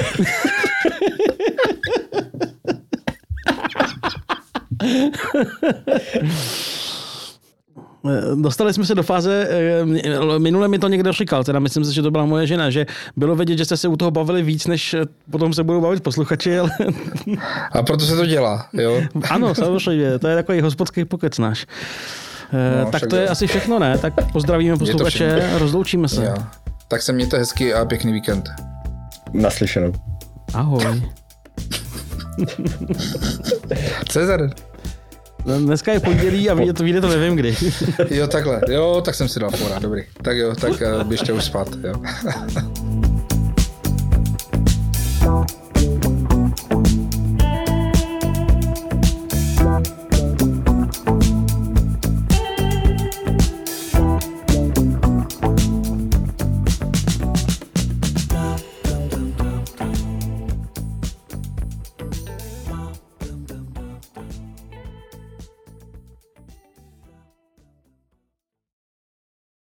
Dostali jsme se do fáze, minule mi to někdo říkal, teda myslím si, že to byla moje žena, že bylo vidět, že jste se u toho bavili víc, než potom se budou bavit posluchači, ale... A proto se to dělá, jo? Ano, samozřejmě, to je takový hospodský pokec náš. No, tak to je asi všechno, ne? Tak pozdravíme posluchače, rozloučíme se. Jo. Tak se mějte hezky a pěkný víkend. Naslyšenou. Ahoj. Cezar. Dneska je pondělí a vyjde to, vyjde to nevím kdy. Jo, takhle. Jo, tak jsem si dal fora, dobrý. Tak jo, tak běžte už spát, jo.